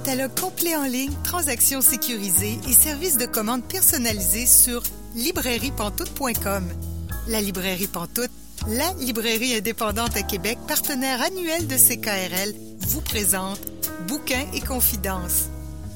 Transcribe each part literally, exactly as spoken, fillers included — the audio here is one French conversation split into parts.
catalogue complet en ligne, transactions sécurisées et services de commande personnalisés sur librairie pantoute point com. La Librairie Pantoute, la librairie indépendante à Québec, partenaire annuel de C K R L, vous présente Bouquins et confidences.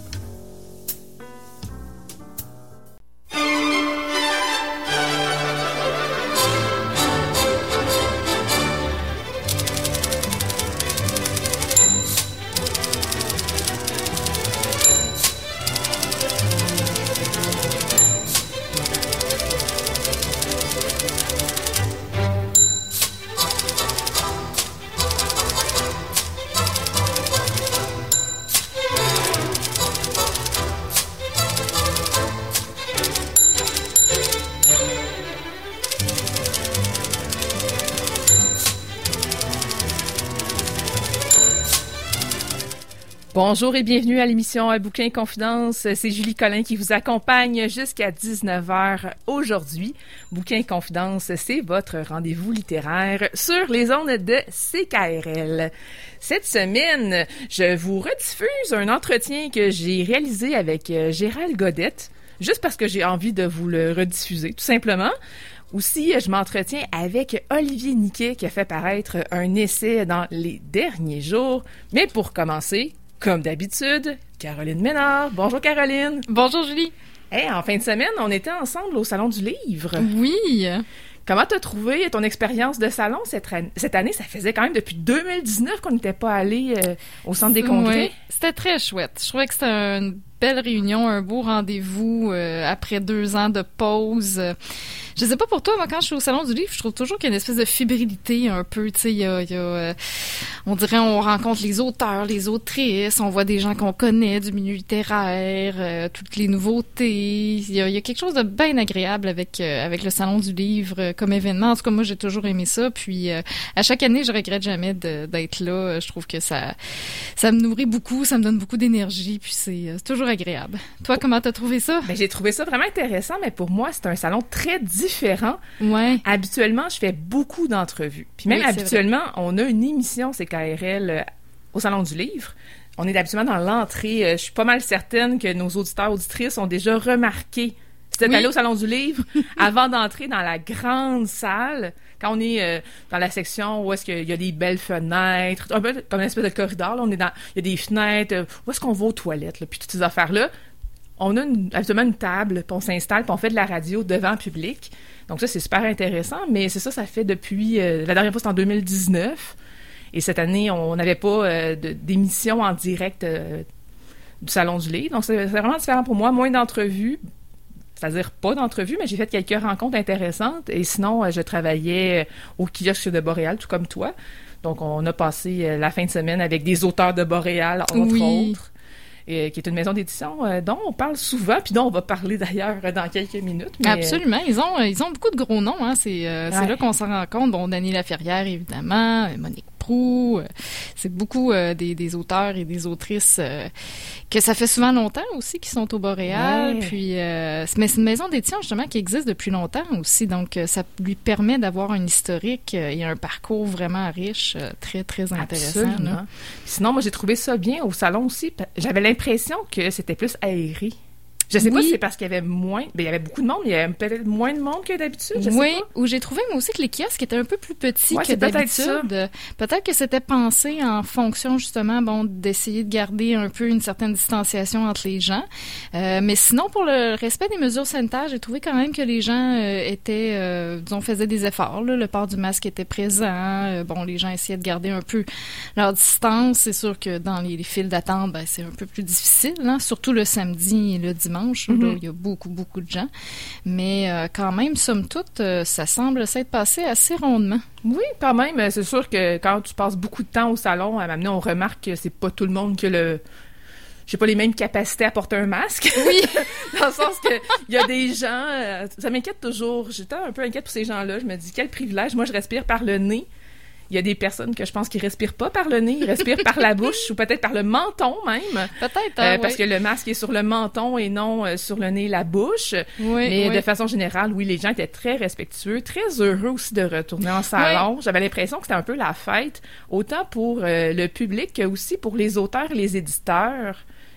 Bonjour et bienvenue à l'émission Bouquins et confidences. C'est Julie Collin qui vous accompagne jusqu'à dix-neuf heures aujourd'hui. Bouquins et confidences, c'est votre rendez-vous littéraire sur les ondes de C K R L. Cette semaine, je vous rediffuse un entretien que j'ai réalisé avec Gérald Godette, juste parce que j'ai envie de vous le rediffuser, tout simplement. Aussi, je m'entretiens avec Olivier Niquet qui a fait paraître un essai dans les derniers jours. Mais pour commencer, comme d'habitude, Caroline Ménard. Bonjour Caroline. Bonjour Julie. Hey, en fin de semaine, on était ensemble au Salon du Livre. Oui. Comment t'as trouvé ton expérience de salon cette, an- cette année? Ça faisait quand même depuis deux mille dix-neuf qu'on n'était pas allé euh, au Centre des congrès. Oui, c'était très chouette. Je trouvais que c'était une belle réunion, un beau rendez-vous euh, après deux ans de pause. Je sais pas pour toi, moi, quand je suis au Salon du Livre, je trouve toujours qu'il y a une espèce de fébrilité un peu, tu sais, il y a, il y a euh, on dirait on rencontre les auteurs, les autrices, on voit des gens qu'on connaît du milieu littéraire, euh, toutes les nouveautés. Il y a, il y a quelque chose de bien agréable avec euh, avec le Salon du Livre euh, comme événement. En tout cas, moi, j'ai toujours aimé ça. Puis, euh, à chaque année, je regrette jamais de, d'être là. Je trouve que ça ça me nourrit beaucoup, ça me donne beaucoup d'énergie, puis c'est, c'est toujours agréable. Toi, comment t'as trouvé ça? Ben, j'ai trouvé ça vraiment intéressant, mais pour moi, c'est un salon très différent. Ouais. Habituellement, je fais beaucoup d'entrevues. Puis même Oui, habituellement, on a une émission C K R L euh, au Salon du Livre. On est habituellement dans l'entrée. Euh, je suis pas mal certaine que nos auditeurs, auditrices ont déjà remarqué. Si t'es Oui. allé au Salon du Livre, avant d'entrer dans la grande salle, quand on est euh, dans la section où est-ce qu'il y a des belles fenêtres, un peu comme une espèce de corridor, là, on est dans, il y a des fenêtres, euh, où est-ce qu'on va aux toilettes, là, puis toutes ces affaires-là. On a une, habituellement une table, puis on s'installe, puis on fait de la radio devant le public. Donc ça, c'est super intéressant, mais c'est ça, ça fait depuis... Euh, la dernière fois, c'était en deux mille dix-neuf, et cette année, on n'avait pas euh, de, d'émission en direct euh, du Salon du Livre. Donc c'est, c'est vraiment différent pour moi, moins d'entrevues, c'est-à-dire pas d'entrevues, mais j'ai fait quelques rencontres intéressantes, et sinon, euh, je travaillais au kiosque de Boréal, tout comme toi. Donc on a passé euh, la fin de semaine avec des auteurs de Boréal, entre Oui. autres. Et, qui est une maison d'édition euh, dont on parle souvent, puis dont on va parler d'ailleurs dans quelques minutes. Mais, Absolument. Ils ont, ils ont beaucoup de gros noms. Hein. C'est, euh, Ouais. c'est là qu'on s'en rend compte. Bon, Dany Laferrière, évidemment, euh, Monique Proulx. Euh, c'est beaucoup euh, des, des auteurs et des autrices euh, que ça fait souvent longtemps aussi qui sont au Boréal. Ouais. Puis, euh, c'est- mais c'est une maison d'édition justement qui existe depuis longtemps aussi. Donc, euh, ça lui permet d'avoir un historique euh, et un parcours vraiment riche, euh, très, très intéressant. Absolument. Là. Sinon, moi, j'ai trouvé ça bien au salon aussi. J'avais l'impression que c'était plus aéré. Je sais pas Oui. si c'est parce qu'il y avait moins... Ben, il y avait beaucoup de monde, mais il y avait peut-être moins de monde que d'habitude, je Oui, sais pas. où j'ai trouvé moi aussi que les kiosques étaient un peu plus petits Ouais, que c'est peut-être d'habitude. Euh, Peut-être que c'était pensé en fonction justement, bon, d'essayer de garder un peu une certaine distanciation entre les gens. Euh, mais sinon, pour le respect des mesures sanitaires, j'ai trouvé quand même que les gens euh, étaient, euh, disons, faisaient des efforts. Là. Le port du masque était présent. Euh, bon, les gens essayaient de garder un peu leur distance. C'est sûr que dans les, les files d'attente, ben, c'est un peu plus difficile, hein, surtout le samedi et le dimanche. Mm-hmm. Là, il y a beaucoup, beaucoup de gens. Mais euh, quand même, somme toute, euh, ça semble s'être passé assez rondement. Oui, quand même. C'est sûr que quand tu passes beaucoup de temps au salon, à m'amener, on remarque que c'est pas tout le monde qui a le... j'ai pas les mêmes capacités à porter un masque. Oui. Dans le sens que il y a des gens... euh, ça m'inquiète toujours. J'étais un peu inquiète pour ces gens-là. Je me dis, quel privilège. Moi, je respire par le nez. Il y a des personnes que je pense qui respirent pas par le nez, ils respirent par la bouche ou peut-être par le menton même. Peut-être, euh, hein, parce oui. que le masque est sur le menton et non euh, sur le nez et la bouche. Oui, Mais oui. de façon générale, oui, les gens étaient très respectueux, très heureux aussi de retourner en salon. Oui. J'avais l'impression que c'était un peu la fête, autant pour euh, le public que aussi pour les auteurs et les éditeurs.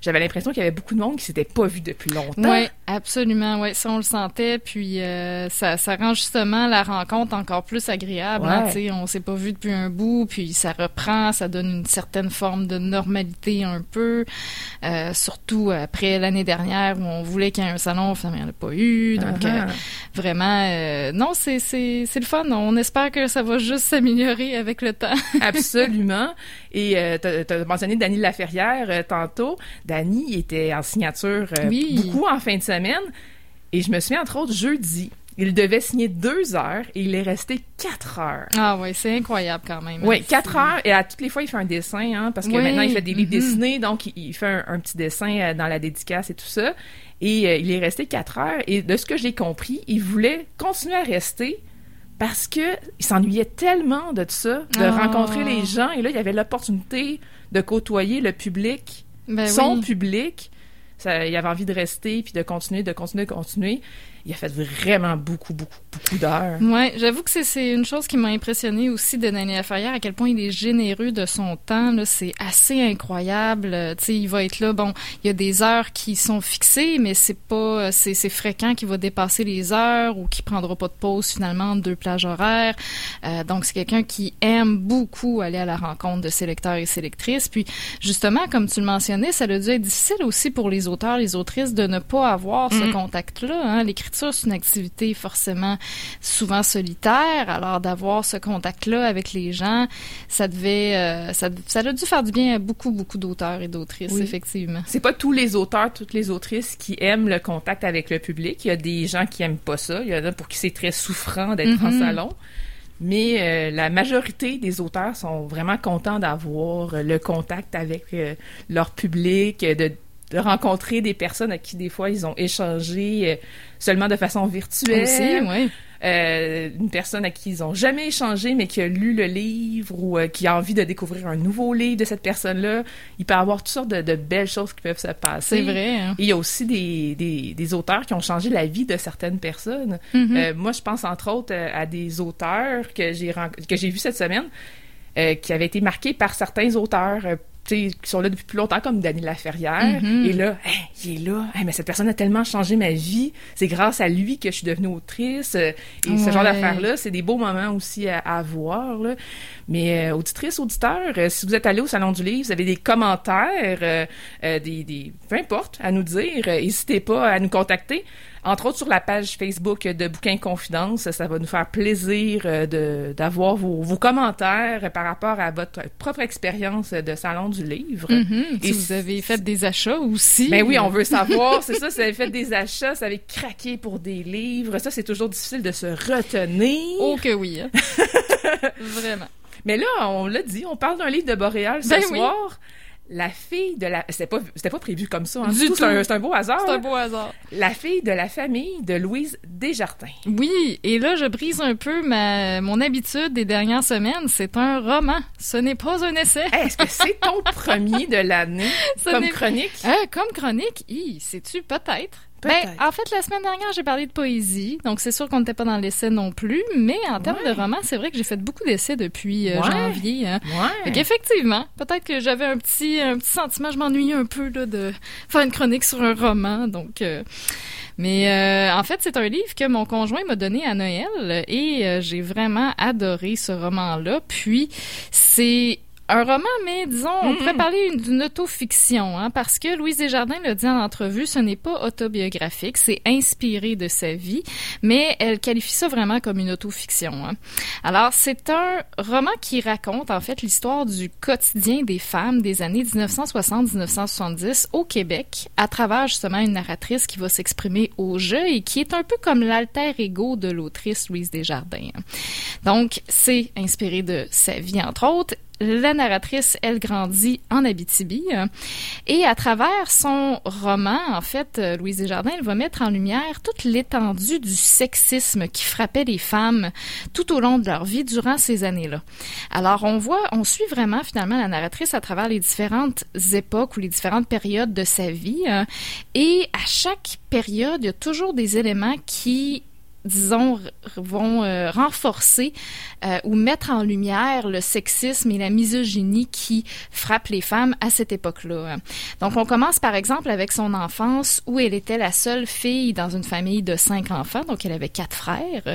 j'avais l'impression qu'il y avait beaucoup de monde qui s'était pas vu depuis longtemps. Oui, absolument. Ouais, ça on le sentait. Puis euh, ça, ça rend justement la rencontre encore plus agréable. Ouais. Hein, tu sais, on s'est pas vu depuis un bout, puis ça reprend, ça donne une certaine forme de normalité un peu. Euh, surtout après l'année dernière où on voulait qu'il y ait un salon, finalement il n'y en a pas eu. Donc Uh-huh. euh, vraiment, euh, non, c'est c'est c'est le fun. On espère que ça va juste s'améliorer avec le temps. Absolument. Et euh, t'as, t'as mentionné Dany Laferrière euh, tantôt. Dany était en signature euh, Oui. beaucoup en fin de semaine. Et je me souviens, entre autres, jeudi, il devait signer deux heures et il est resté quatre heures. Ah oui, c'est incroyable quand même. Oui, hein, quatre c'est... heures. Et à toutes les fois, il fait un dessin, hein, parce que Oui. maintenant, il fait des livres Mm-hmm. dessinés. Donc, il, il fait un, un petit dessin euh, dans la dédicace et tout ça. Et euh, il est resté quatre heures. Et de ce que j'ai compris, il voulait continuer à rester parce que il s'ennuyait tellement de ça, de Oh. rencontrer les gens. Et là, il y avait l'opportunité de côtoyer le public, Ben son oui. public. Ça, il avait envie de rester, puis de continuer, de continuer, de continuer. Il a fait vraiment beaucoup, beaucoup, beaucoup d'heures. Ouais, j'avoue que c'est, c'est une chose qui m'a impressionnée aussi de Dany Laferrière, à quel point il est généreux de son temps, là, c'est assez incroyable. Euh, tu sais, il va être là, bon, il y a des heures qui sont fixées, mais c'est pas, c'est, c'est fréquent qu'il va dépasser les heures ou qu'il prendra pas de pause finalement entre deux plages horaires. Euh, donc, c'est quelqu'un qui aime beaucoup aller à la rencontre de ses lecteurs et ses lectrices. Puis, justement, comme tu le mentionnais, ça a dû être difficile aussi pour les auteurs, les autrices de ne pas avoir ce Mm. contact-là, hein. L'écriture, c'est une activité forcément souvent solitaire, alors d'avoir ce contact-là avec les gens, ça devait, euh, ça, ça a dû faire du bien à beaucoup, beaucoup d'auteurs et d'autrices, Oui. effectivement. C'est pas tous les auteurs, toutes les autrices qui aiment le contact avec le public. Il y a des gens qui aiment pas ça. Il y en a pour qui c'est très souffrant d'être Mm-hmm. en salon. Mais euh, la majorité des auteurs sont vraiment contents d'avoir euh, le contact avec euh, leur public, euh, de, de rencontrer des personnes à qui des fois ils ont échangé euh, seulement de façon virtuelle. Aussi, oui. Euh, une personne à qui ils ont jamais échangé, mais qui a lu le livre ou euh, qui a envie de découvrir un nouveau livre de cette personne-là. Il peut y avoir toutes sortes de, de belles choses qui peuvent se passer. C'est vrai. Hein? Et il y a aussi des, des, des auteurs qui ont changé la vie de certaines personnes. Mm-hmm. Euh, moi, je pense entre autres euh, à des auteurs que j'ai ren- que j'ai vus cette semaine euh, qui avaient été marqués par certains auteurs euh, tu sais, qui sont là depuis plus longtemps, comme Dany Laferrière. Mm-hmm. Et là, hey, il est là. Hey, mais cette personne a tellement changé ma vie. C'est grâce à lui que je suis devenue autrice. Euh, Et Ouais. ce genre d'affaires-là, c'est des beaux moments aussi à, à voir. Là. Mais euh, auditrices, auditeurs, euh, si vous êtes allés au Salon du Livre, vous avez des commentaires, euh, euh, des, des, peu importe, à nous dire. Euh, n'hésitez pas à nous contacter. Entre autres, sur la page Facebook de Bouquins Confidence, ça va nous faire plaisir euh, de, d'avoir vos, vos commentaires par rapport à votre propre expérience de Salon du Livre. Mm-hmm. Si Et vous avez fait des achats aussi. Ben oui, on veut savoir, c'est ça, si vous avez fait des achats, si vous avez craqué pour des livres, ça, c'est toujours difficile de se retenir. Oh que oui. Hein? Vraiment. Mais là, on l'a dit, on parle d'un livre de Boréal ce Ben oui. soir. La fille de la... C'était pas, c'était pas prévu comme ça. Hein. Du C'est tout, tout. C'est un, c'est un beau hasard. C'est un là. beau hasard. La fille de la famille de Louise Desjardins. Oui, et là, je brise un peu ma, mon habitude des dernières semaines. C'est un roman. Ce n'est pas un essai. Hey, est-ce que c'est ton premier de l'année Ce comme n'est- chronique? Euh, comme chronique, hi, sais-tu, peut-être. Peut-être. Ben, en fait, la semaine dernière, j'ai parlé de poésie, donc c'est sûr qu'on n'était pas dans l'essai non plus, mais en termes Ouais. de roman, c'est vrai que j'ai fait beaucoup d'essais depuis euh, Ouais. janvier. Hein. Ouais. Fait qu'effectivement, peut-être que j'avais un petit, un petit sentiment, je m'ennuyais un peu là, de faire une chronique sur un roman, donc... euh, Mais euh, en fait, c'est un livre que mon conjoint m'a donné à Noël et euh, j'ai vraiment adoré ce roman-là. Puis, c'est un roman, mais disons, on Mm. pourrait parler d'une autofiction, hein, parce que Louise Desjardins l'a dit en entrevue, ce n'est pas autobiographique, c'est inspiré de sa vie, mais elle qualifie ça vraiment comme une autofiction. Hein. Alors, c'est un roman qui raconte en fait l'histoire du quotidien des femmes des années dix-neuf cent soixante à dix-neuf cent soixante-dix au Québec, à travers justement une narratrice qui va s'exprimer au jeu et qui est un peu comme l'alter ego de l'autrice Louise Desjardins. Donc, c'est inspiré de sa vie, entre autres. La narratrice, elle grandit en Abitibi euh, et à travers son roman, en fait, euh, Louise Desjardins, elle va mettre en lumière toute l'étendue du sexisme qui frappait les femmes tout au long de leur vie durant ces années-là. Alors, on voit, on suit vraiment finalement la narratrice à travers les différentes époques ou les différentes périodes de sa vie euh, et à chaque période, il y a toujours des éléments qui disons, vont euh, renforcer euh, ou mettre en lumière le sexisme et la misogynie qui frappent les femmes à cette époque-là. Donc, on commence par exemple avec son enfance où elle était la seule fille dans une famille de cinq enfants, donc elle avait quatre frères,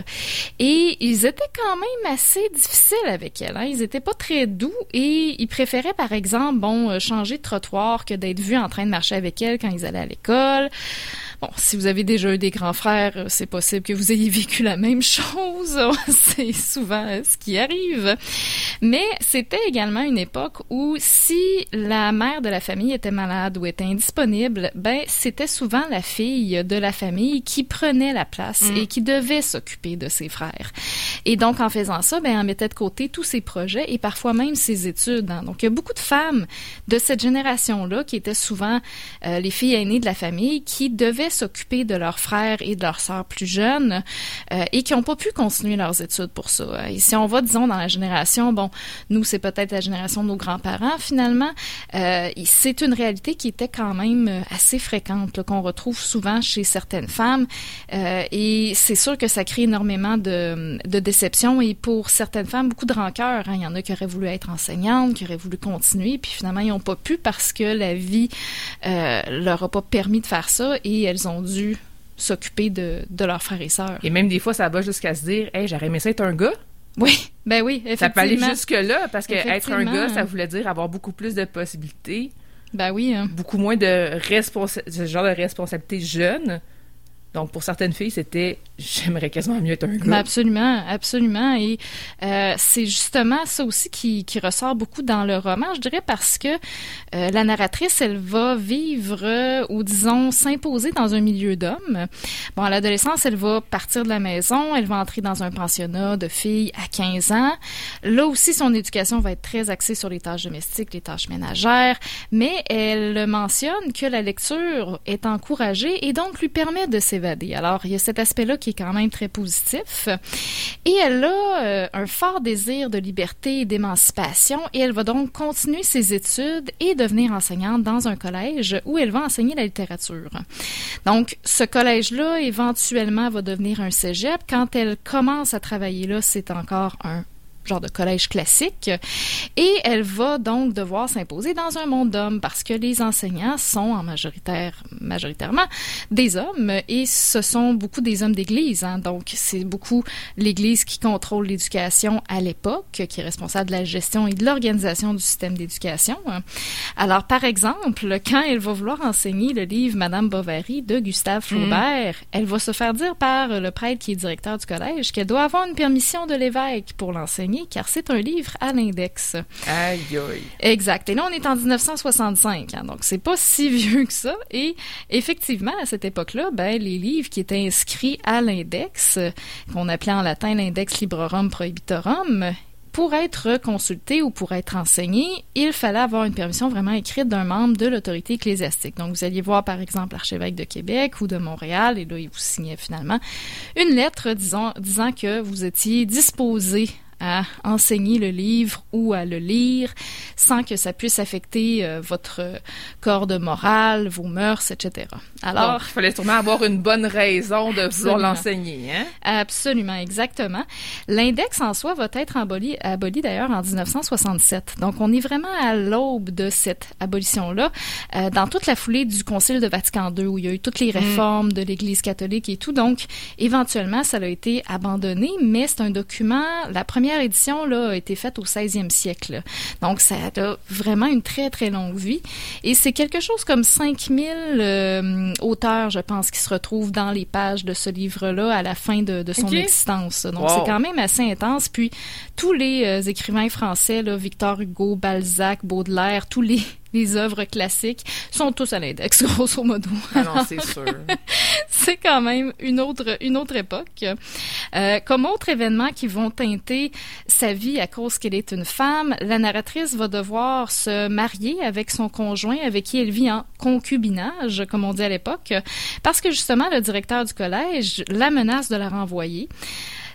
et ils étaient quand même assez difficiles avec elle. Hein? Ils étaient pas très doux et ils préféraient par exemple, bon, changer de trottoir que d'être vus en train de marcher avec elle quand ils allaient à l'école. Bon, si vous avez déjà eu des grands frères, c'est possible que vous ayez vécu la même chose. C'est souvent ce qui arrive. Mais c'était également une époque où si la mère de la famille était malade ou était indisponible, ben c'était souvent la fille de la famille qui prenait la place mmh. et qui devait s'occuper de ses frères. Et donc, en faisant ça, ben, elle mettait de côté tous ses projets et parfois même ses études. Hein. Donc, il y a beaucoup de femmes de cette génération-là qui étaient souvent euh, les filles aînées de la famille qui devaient s'occuper de leurs frères et de leurs sœurs plus jeunes euh, et qui n'ont pas pu continuer leurs études pour ça. Et si on va, disons, dans la génération, bon, nous, c'est peut-être la génération de nos grands-parents, finalement, euh, c'est une réalité qui était quand même assez fréquente, là, qu'on retrouve souvent chez certaines femmes. Euh, et c'est sûr que ça crée énormément de, de déception et pour certaines femmes, beaucoup de rancœur. Hein. Il y en a qui auraient voulu être enseignantes, qui auraient voulu continuer, puis finalement, ils n'ont pas pu parce que la vie euh, leur a pas permis de faire ça et elles ont dû s'occuper de, de leurs frères et sœurs. Et même des fois, ça va jusqu'à se dire « Hey, j'aurais aimé ça être un gars ». Oui, ben oui, effectivement. Ça peut aller jusque-là, parce qu'être un gars, ça voulait dire avoir beaucoup plus de possibilités. Ben oui. Hein. Beaucoup moins de responsa- ce genre de responsabilités jeunes. Donc, pour certaines filles, c'était « j'aimerais quasiment mieux être un gars ». Ben absolument, absolument. Et euh, c'est justement ça aussi qui, qui ressort beaucoup dans le roman, je dirais, parce que euh, la narratrice, elle va vivre euh, ou, disons, s'imposer dans un milieu d'hommes. Bon, à l'adolescence, elle va partir de la maison, elle va entrer dans un pensionnat de filles à quinze ans. Là aussi, son éducation va être très axée sur les tâches domestiques, les tâches ménagères, mais elle mentionne que la lecture est encouragée et donc lui permet de s'évader. Alors, il y a cet aspect-là qui est quand même très positif. Et elle a euh, un fort désir de liberté et d'émancipation et elle va donc continuer ses études et devenir enseignante dans un collège où elle va enseigner la littérature. Donc, ce collège-là, éventuellement, va devenir un cégep. Quand elle commence à travailler là, c'est encore un genre de collège classique, et elle va donc devoir s'imposer dans un monde d'hommes parce que les enseignants sont en majoritaire, majoritairement des hommes et ce sont beaucoup des hommes d'église. Hein, donc, c'est beaucoup l'Église qui contrôle l'éducation à l'époque, qui est responsable de la gestion et de l'organisation du système d'éducation. Alors, par exemple, quand elle va vouloir enseigner le livre Madame Bovary de Gustave Flaubert, mmh. elle va se faire dire par le prêtre qui est directeur du collège qu'elle doit avoir une permission de l'évêque pour l'enseigner, car c'est un livre à l'index. Aïe, aïe. Exact. Et là, on est en dix-neuf cent soixante-cinq, hein, donc c'est pas si vieux que ça. Et effectivement, à cette époque-là, ben, les livres qui étaient inscrits à l'index, qu'on appelait en latin l'index librorum prohibitorum, pour être consulté ou pour être enseigné, il fallait avoir une permission vraiment écrite d'un membre de l'autorité ecclésiastique. Donc, vous alliez voir, par exemple, l'archevêque de Québec ou de Montréal, et là, il vous signait finalement une lettre disant, disant que vous étiez disposé à enseigner le livre ou à le lire sans que ça puisse affecter euh, votre corde morale, vos mœurs, et cetera. Alors, donc, il fallait sûrement avoir une bonne raison de vouloir l'enseigner, hein? Absolument, exactement. L'index en soi va être aboli, aboli d'ailleurs en dix-neuf cent soixante-sept. Donc, on est vraiment à l'aube de cette abolition-là, euh, dans toute la foulée du Concile de Vatican deux, où il y a eu toutes les réformes mm. de l'Église catholique et tout. Donc, éventuellement, ça a été abandonné, mais c'est un document, la première La première édition là, a été faite au seizième siècle. Donc, ça a vraiment une très, très longue vie. Et c'est quelque chose comme cinq mille euh, auteurs, je pense, qui se retrouvent dans les pages de ce livre-là à la fin de, de son okay. existence. Donc, wow. c'est quand même assez intense. Puis, tous les euh, écrivains français, là, Victor Hugo, Balzac, Baudelaire, tous les... les œuvres classiques sont tous à l'index, grosso modo. Ah non, c'est sûr. C'est quand même une autre, une autre époque. Euh, comme autre événement qui vont teinter sa vie à cause qu'elle est une femme, la narratrice va devoir se marier avec son conjoint avec qui elle vit en concubinage, comme on dit à l'époque, parce que justement, le directeur du collège la menace de la renvoyer.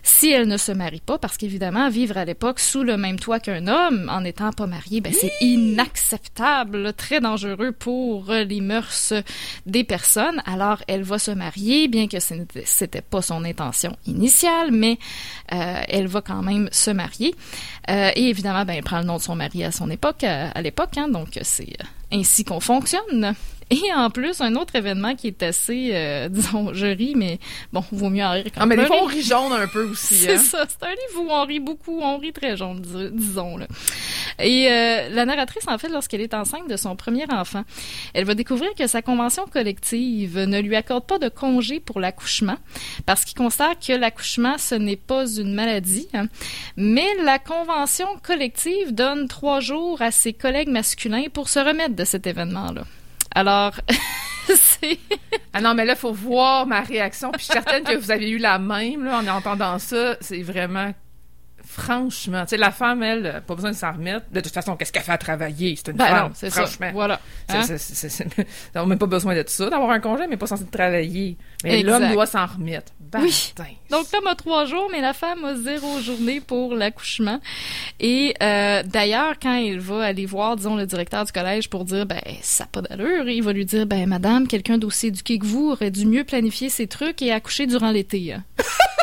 Si elle ne se marie pas, parce qu'évidemment, vivre à l'époque sous le même toit qu'un homme, en n'étant pas marié, ben, c'est inacceptable, très dangereux pour les mœurs des personnes. Alors, elle va se marier, bien que ce n'était, c'était pas son intention initiale, mais euh, elle va quand même se marier. Euh, et évidemment, ben, elle prend le nom de son mari à son époque, à, à l'époque, hein, donc c'est ainsi qu'on fonctionne. Et en plus, un autre événement qui est assez, euh, disons, je ris, mais bon, vaut mieux en rire quand même. Ah, mais des fois, on rit jaune un peu aussi. C'est hein? ça, c'est un livre où on rit beaucoup, on rit très jaune, dis- disons. Là. Et euh, la narratrice, en fait, lorsqu'elle est enceinte de son premier enfant, elle va découvrir que sa convention collective ne lui accorde pas de congé pour l'accouchement, parce qu'il constate que l'accouchement, ce n'est pas une maladie, hein, mais la convention collective donne trois jours à ses collègues masculins pour se remettre de cet événement-là. Alors, c'est... Ah non, mais là, il faut voir ma réaction. Puis je suis certaine que vous avez eu la même, là, en entendant ça. C'est vraiment... Franchement, tu sais, la femme, elle, pas besoin de s'en remettre. De toute façon, qu'est-ce qu'elle fait à travailler? C'est une ben femme, non, c'est franchement. ça. Voilà. Hein? C'est, c'est, c'est, c'est, on n'a même pas besoin de ça, d'avoir un congé, mais pas censé travailler. Mais Exact. l'homme doit s'en remettre. Ben, oui. Donc, l'homme a trois jours, mais la femme a zéro journée pour l'accouchement. Et euh, d'ailleurs, quand il va aller voir, disons, le directeur du collège pour dire, ben, ça n'a pas d'allure, il va lui dire, ben, madame, quelqu'un d'aussi éduqué que vous aurait dû mieux planifier ses trucs et accoucher durant l'été. Hein.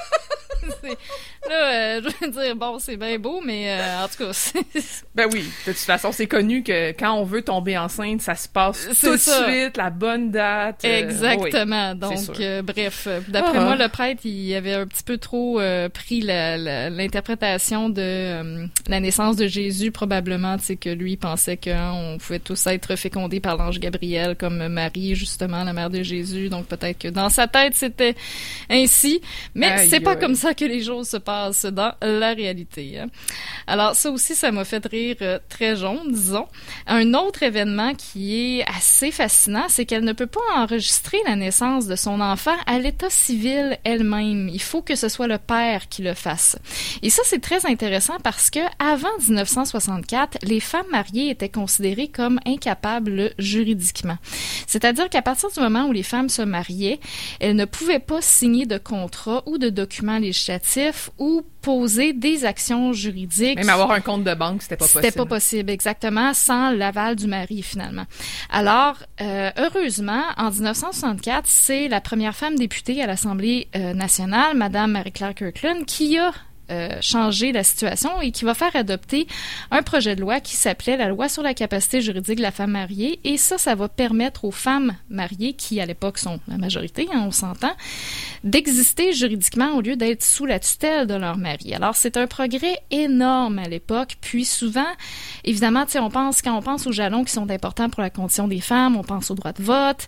Là, euh, je veux dire, bon, c'est bien beau, mais euh, en tout cas, c'est... Ben oui, de toute façon, c'est connu que quand on veut tomber enceinte, ça se passe c'est tout de ça. suite, la bonne date. Euh, Exactement. oui, Donc, euh, bref, d'après ah, moi, le prêtre, il avait un petit peu trop euh, pris la, la, l'interprétation de euh, la naissance de Jésus, probablement, tu sais, que lui pensait qu'on pouvait tous être fécondés par l'ange Gabriel, comme Marie, justement, la mère de Jésus. Donc, peut-être que dans sa tête, c'était ainsi. Mais aïe, c'est pas aïe. comme ça que les choses se passent dans la réalité. Hein. Alors, ça aussi, ça m'a fait rire euh, très jaune, disons. Un autre événement qui est assez fascinant, c'est qu'elle ne peut pas enregistrer la naissance de son enfant à l'état civil elle-même. Il faut que ce soit le père qui le fasse. Et ça, c'est très intéressant parce que avant dix-neuf cent soixante-quatre, les femmes mariées étaient considérées comme incapables juridiquement. C'est-à-dire qu'à partir du moment où les femmes se mariaient, elles ne pouvaient pas signer de contrat ou de documents législatifs ou poser des actions juridiques. Même avoir un compte de banque, c'était pas possible. C'était pas possible, exactement, sans l'aval du mari, finalement. Alors, euh, heureusement, en dix-neuf cent soixante-quatre, c'est la première femme députée à l'Assemblée euh, nationale, Madame Marie-Claire Kirkland, qui a Euh, changer la situation et qui va faire adopter un projet de loi qui s'appelait la loi sur la capacité juridique de la femme mariée. Et ça, ça va permettre aux femmes mariées, qui à l'époque sont la majorité, hein, on s'entend, d'exister juridiquement au lieu d'être sous la tutelle de leur mari. Alors, c'est un progrès énorme à l'époque. Puis souvent, évidemment, tu sais, on pense, quand on pense aux jalons qui sont importants pour la condition des femmes, on pense au droit de vote,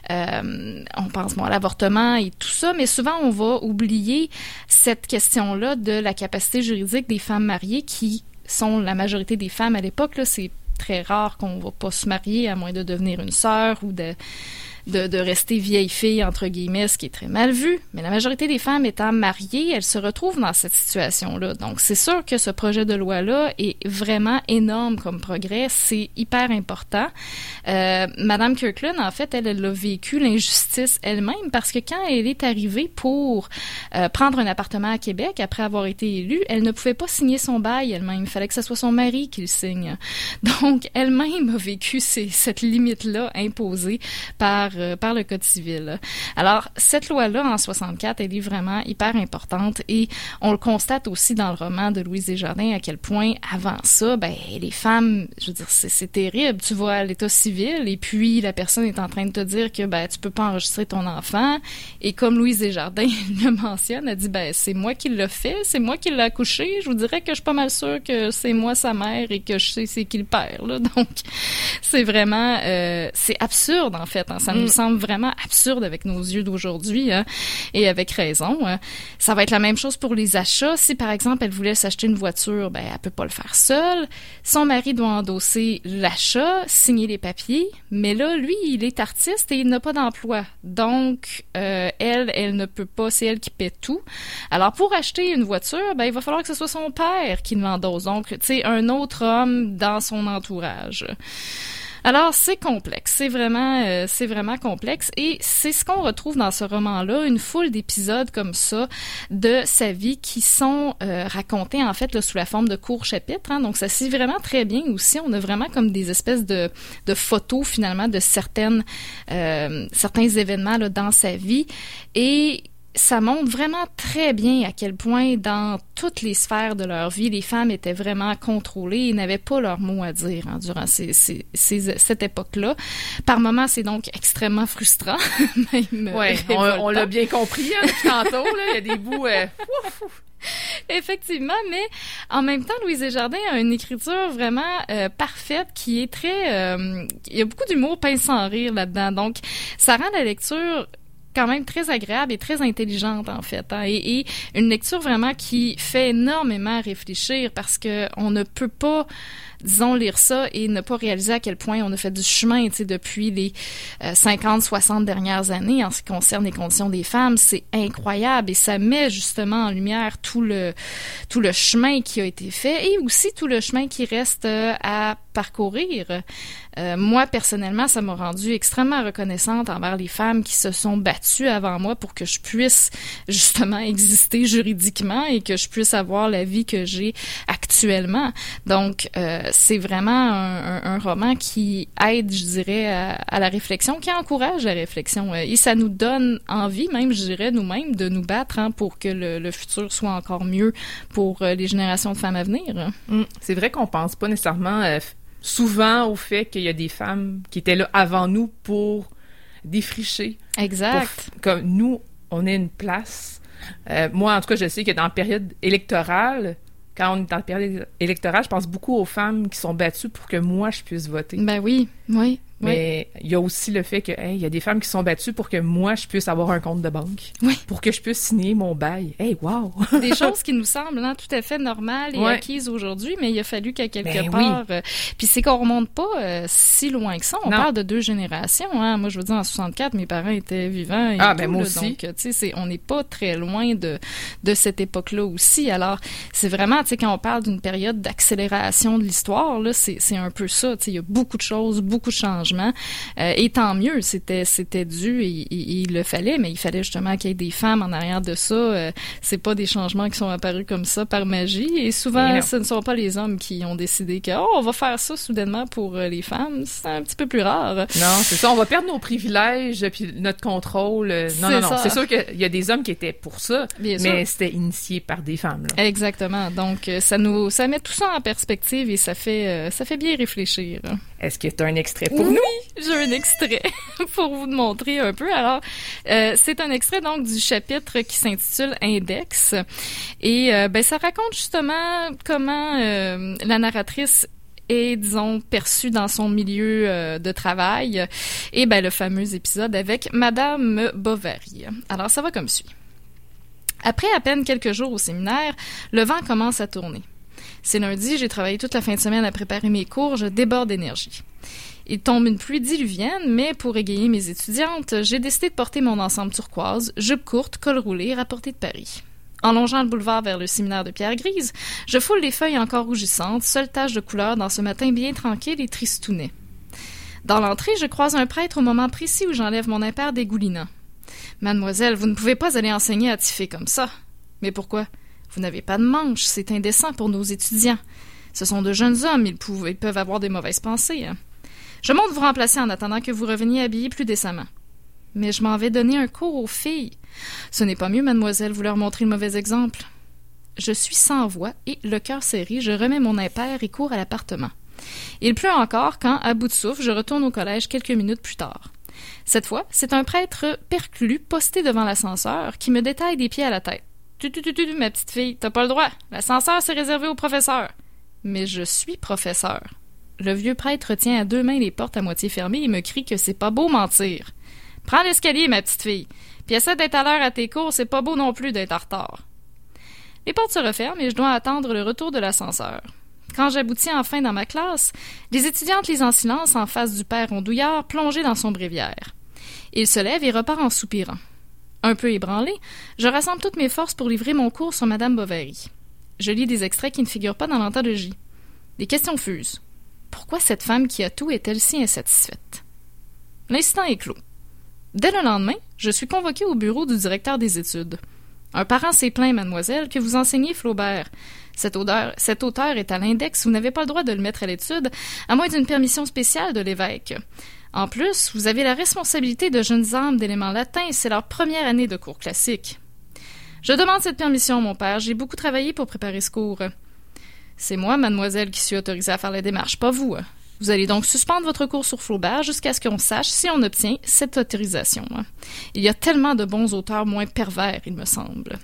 euh, on pense bon, à l'avortement et tout ça, mais souvent, on va oublier cette question-là de la capacité juridique des femmes mariées qui sont la majorité des femmes à l'époque. Là, c'est très rare qu'on va pas se marier à moins de devenir une sœur ou de De, de rester vieille fille, entre guillemets, ce qui est très mal vu. Mais la majorité des femmes étant mariées, elles se retrouvent dans cette situation-là. Donc, c'est sûr que ce projet de loi-là est vraiment énorme comme progrès. C'est hyper important. Euh, Madame Kirkland, en fait, elle, elle a vécu l'injustice elle-même parce que quand elle est arrivée pour euh, prendre un appartement à Québec, après avoir été élue, elle ne pouvait pas signer son bail elle-même. Il fallait que ce soit son mari qui le signe. Donc, elle-même a vécu ces, cette limite-là imposée par Euh, par le Code civil. Alors, cette loi-là, en soixante-quatre, elle est vraiment hyper importante et on le constate aussi dans le roman de Louise Desjardins à quel point, avant ça, ben, les femmes, je veux dire, c'est, c'est terrible. Tu vas à l'état civil et puis la personne est en train de te dire que, ben, tu peux pas enregistrer ton enfant et comme Louise Desjardins le mentionne, elle dit, ben, c'est moi qui l'ai fait, c'est moi qui l'ai accouché, je vous dirais que je suis pas mal sûre que c'est moi sa mère et que je sais c'est qui le père, là. Donc, c'est vraiment, euh, c'est absurde, en fait, hein. Ça mm. nous semble vraiment absurde avec nos yeux d'aujourd'hui, hein, et avec raison. Hein. Ça va être la même chose pour les achats. Si, par exemple, elle voulait s'acheter une voiture, ben, elle peut pas le faire seule. Son mari doit endosser l'achat, signer les papiers, mais là, lui, il est artiste et il n'a pas d'emploi. Donc, euh, elle, elle ne peut pas, c'est elle qui paie tout. Alors, pour acheter une voiture, ben, il va falloir que ce soit son père qui l'endosse. Donc, tu sais, un autre homme dans son entourage. Alors, c'est complexe. C'est vraiment, euh, c'est vraiment complexe. Et c'est ce qu'on retrouve dans ce roman-là, une foule d'épisodes comme ça de sa vie qui sont euh, racontés, en fait, là, sous la forme de courts chapitres. Hein. Donc, ça se lit vraiment très bien aussi. On a vraiment comme des espèces de, de photos, finalement, de certaines, euh, certains événements là, dans sa vie. Et ça montre vraiment très bien à quel point, dans toutes les sphères de leur vie, les femmes étaient vraiment contrôlées et n'avaient pas leur mot à dire hein, durant ces, ces, ces, cette époque-là. Par moments, c'est donc extrêmement frustrant. Même ouais, on, on l'a bien compris hein, depuis tantôt. Là, il y a des bouts... Euh, ouf, ouf. Effectivement, mais en même temps, Louise Desjardins a une écriture vraiment euh, parfaite qui est très... Euh, il y a beaucoup d'humour pince sans rire là-dedans. Donc, ça rend la lecture quand même très agréable et très intelligente en fait hein, et, et une lecture vraiment qui fait énormément réfléchir parce que on ne peut pas disons lire ça et ne pas réaliser à quel point on a fait du chemin tu sais depuis les euh, cinquante soixante dernières années en ce qui concerne les conditions des femmes. C'est incroyable et ça met justement en lumière tout le tout le chemin qui a été fait et aussi tout le chemin qui reste euh, à parcourir. Euh, moi, personnellement, ça m'a rendue extrêmement reconnaissante envers les femmes qui se sont battues avant moi pour que je puisse justement exister juridiquement et que je puisse avoir la vie que j'ai actuellement. Donc, euh, c'est vraiment un, un, un roman qui aide, je dirais, à, à la réflexion, qui encourage la réflexion. Et ça nous donne envie, même, je dirais, nous-mêmes, de nous battre hein, pour que le, le futur soit encore mieux pour euh, les générations de femmes à venir. Mmh. C'est vrai qu'on pense pas nécessairement... Euh, souvent au fait qu'il y a des femmes qui étaient là avant nous pour défricher. Exact. Pour, comme nous, on est une place. Euh, moi, en tout cas, je sais que dans la période électorale, quand on est dans la période électorale, je pense beaucoup aux femmes qui sont battues pour que moi, je puisse voter. Ben oui, oui. Mais il oui. y a aussi le fait que hey, y a des femmes qui sont battues pour que moi, je puisse avoir un compte de banque. Oui. Pour que je puisse signer mon bail. Hey, wow! Des choses qui nous semblent hein, tout à fait normales et ouais. acquises aujourd'hui, mais il a fallu qu'à quelque ben part... Oui. Euh, puis c'est qu'on remonte pas euh, si loin que ça. On non. parle de deux générations. Hein. Moi, je veux dire, en soixante-quatre, mes parents étaient vivants. Et ah, tout, ben moi là, aussi. Donc, tu sais, c'est, on n'est pas très loin de, de cette époque-là aussi. Alors, c'est vraiment, tu sais, quand on parle d'une période d'accélération de l'histoire, là, c'est, c'est un peu ça. Tu sais, il y a beaucoup de choses, beaucoup de changements. Euh, Et tant mieux, c'était c'était dû et, et, et il le fallait, mais il fallait justement qu'il y ait des femmes en arrière de ça. Euh, c'est pas des changements qui sont apparus comme ça par magie. Et souvent, ce ne sont pas les hommes qui ont décidé que oh, on va faire ça soudainement pour euh, les femmes. C'est un petit peu plus rare. Non, c'est ça. On va perdre nos privilèges puis notre contrôle. Non, c'est non, non. Ça. C'est sûr qu'il y a des hommes qui étaient pour ça, Bien mais sûr. C'était initié par des femmes. Là. Exactement. Donc ça nous ça met tout ça en perspective et ça fait euh, ça fait bien réfléchir. Est-ce que tu as un extrait pour oui, nous? J'ai un extrait pour vous montrer un peu. Alors, euh, c'est un extrait donc du chapitre qui s'intitule Index. Et euh, ben ça raconte justement comment euh, la narratrice est, disons, perçue dans son milieu euh, de travail. Et ben le fameux épisode avec Madame Bovary. Alors, ça va comme suit. Après à peine quelques jours au séminaire, le vent commence à tourner. C'est lundi, j'ai travaillé toute la fin de semaine à préparer mes cours, je déborde d'énergie. Il tombe une pluie diluvienne, mais pour égayer mes étudiantes, j'ai décidé de porter mon ensemble turquoise, jupe courte, col roulé, rapporté de Paris. En longeant le boulevard vers le séminaire de pierre grise, je foule les feuilles encore rougissantes, seule tache de couleur dans ce matin bien tranquille et tristounet. Dans l'entrée, je croise un prêtre au moment précis où j'enlève mon impair dégoulinant. « Mademoiselle, vous ne pouvez pas aller enseigner à tiffer comme ça. »« Mais pourquoi? » Vous n'avez pas de manche, c'est indécent pour nos étudiants. Ce sont de jeunes hommes, ils, pou- ils peuvent avoir des mauvaises pensées. Hein. Je monte vous remplacer en attendant que vous reveniez habillés plus décemment. Mais je m'en vais donner un cours aux filles. Ce n'est pas mieux, mademoiselle, vous leur montrez le mauvais exemple. Je suis sans voix et, le cœur serré, je remets mon impair et cours à l'appartement. Il pleut encore quand, à bout de souffle, je retourne au collège quelques minutes plus tard. Cette fois, c'est un prêtre perclus posté devant l'ascenseur qui me détaille des pieds à la tête. Tu, tu, tu, tu, ma petite fille, t'as pas le droit. L'ascenseur, c'est réservé aux professeurs. Mais je suis professeur. Le vieux prêtre tient à deux mains les portes à moitié fermées et me crie que c'est pas beau mentir. Prends l'escalier, ma petite fille. Puis essaie d'être à l'heure à tes cours, c'est pas beau non plus d'être en retard. Les portes se referment et je dois attendre le retour de l'ascenseur. Quand j'aboutis enfin dans ma classe, les étudiantes lisent en silence en face du père rondouillard plongé dans son bréviaire. Il se lève et repart en soupirant. Un peu ébranlé, je rassemble toutes mes forces pour livrer mon cours sur Madame Bovary. Je lis des extraits qui ne figurent pas dans l'anthologie. Des questions fusent. Pourquoi cette femme qui a tout est-elle si insatisfaite? L'incident est clos. Dès le lendemain, je suis convoquée au bureau du directeur des études. Un parent s'est plaint, mademoiselle, que vous enseignez Flaubert. Cet, odeur, cet auteur est à l'index, vous n'avez pas le droit de le mettre à l'étude, à moins d'une permission spéciale de l'évêque. En plus, vous avez la responsabilité de jeunes âmes d'éléments latins, c'est leur première année de cours classiques. Je demande cette permission, mon père, j'ai beaucoup travaillé pour préparer ce cours. C'est moi, mademoiselle, qui suis autorisée à faire la démarche, pas vous. Vous allez donc suspendre votre cours sur Flaubert jusqu'à ce qu'on sache si on obtient cette autorisation. Il y a tellement de bons auteurs moins pervers, il me semble.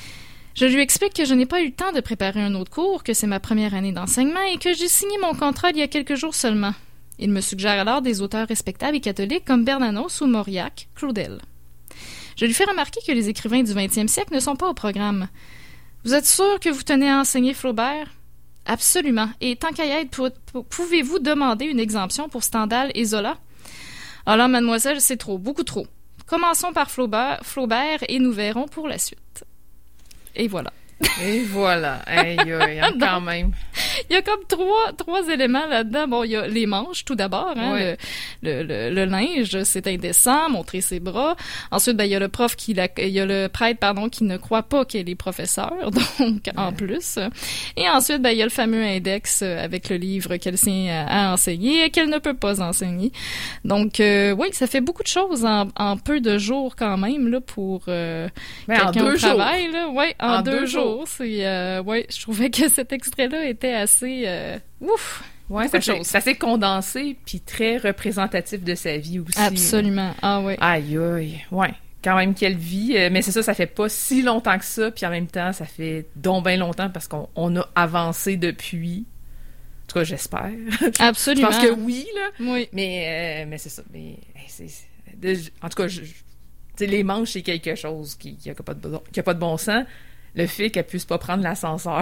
Je lui explique que je n'ai pas eu le temps de préparer un autre cours, que c'est ma première année d'enseignement et que j'ai signé mon contrat il y a quelques jours seulement. Il me suggère alors des auteurs respectables et catholiques comme Bernanos ou Mauriac, Claudel. Je lui fais remarquer que les écrivains du vingtième siècle ne sont pas au programme. Vous êtes sûr que vous tenez à enseigner Flaubert? Absolument. Et tant qu'à y être, pour, pour, pouvez-vous demander une exemption pour Stendhal et Zola? Alors, mademoiselle, c'est trop, beaucoup trop. Commençons par Flaubert, Flaubert et nous verrons pour la suite. Et voilà. Et voilà. Aïe, aïe, hein, quand même. Il y a comme trois, trois éléments là-dedans. Bon, il y a les manches, tout d'abord. Hein, ouais. le, le, le, le linge, c'est indécent, montrer ses bras. Ensuite, ben, il y a le prof qui, la, il y a le prêtre, pardon, qui ne croit pas qu'elle est professeur, donc, ouais. en plus. Et ensuite, ben, il y a le fameux index avec le livre qu'elle tient à, à enseigner et qu'elle ne peut pas enseigner. Donc, euh, oui, ça fait beaucoup de choses en, en peu de jours quand même, là, pour euh, ben, quelqu'un au travail, jours. là. Ouais, en, en deux, deux jours. jours. C'est, euh, ouais, je trouvais que cet extrait-là était assez, euh, ouf, ouais, beaucoup ça de choses. C'est assez condensé puis très représentatif de sa vie aussi. Absolument, ah ouais. Aïe, aïe, ouais. Quand même quelle vie, mais c'est ça, ça fait pas si longtemps que ça, puis en même temps, ça fait donc bien longtemps parce qu'on on a avancé depuis. En tout cas, j'espère. Absolument. Je pense que oui, là. Oui. Mais, euh, mais c'est ça. Mais, c'est, c'est, de, en tout cas, je, je, les manches, c'est quelque chose qui n'a pas, pas de bon sens. Le fait qu'elle puisse pas prendre l'ascenseur.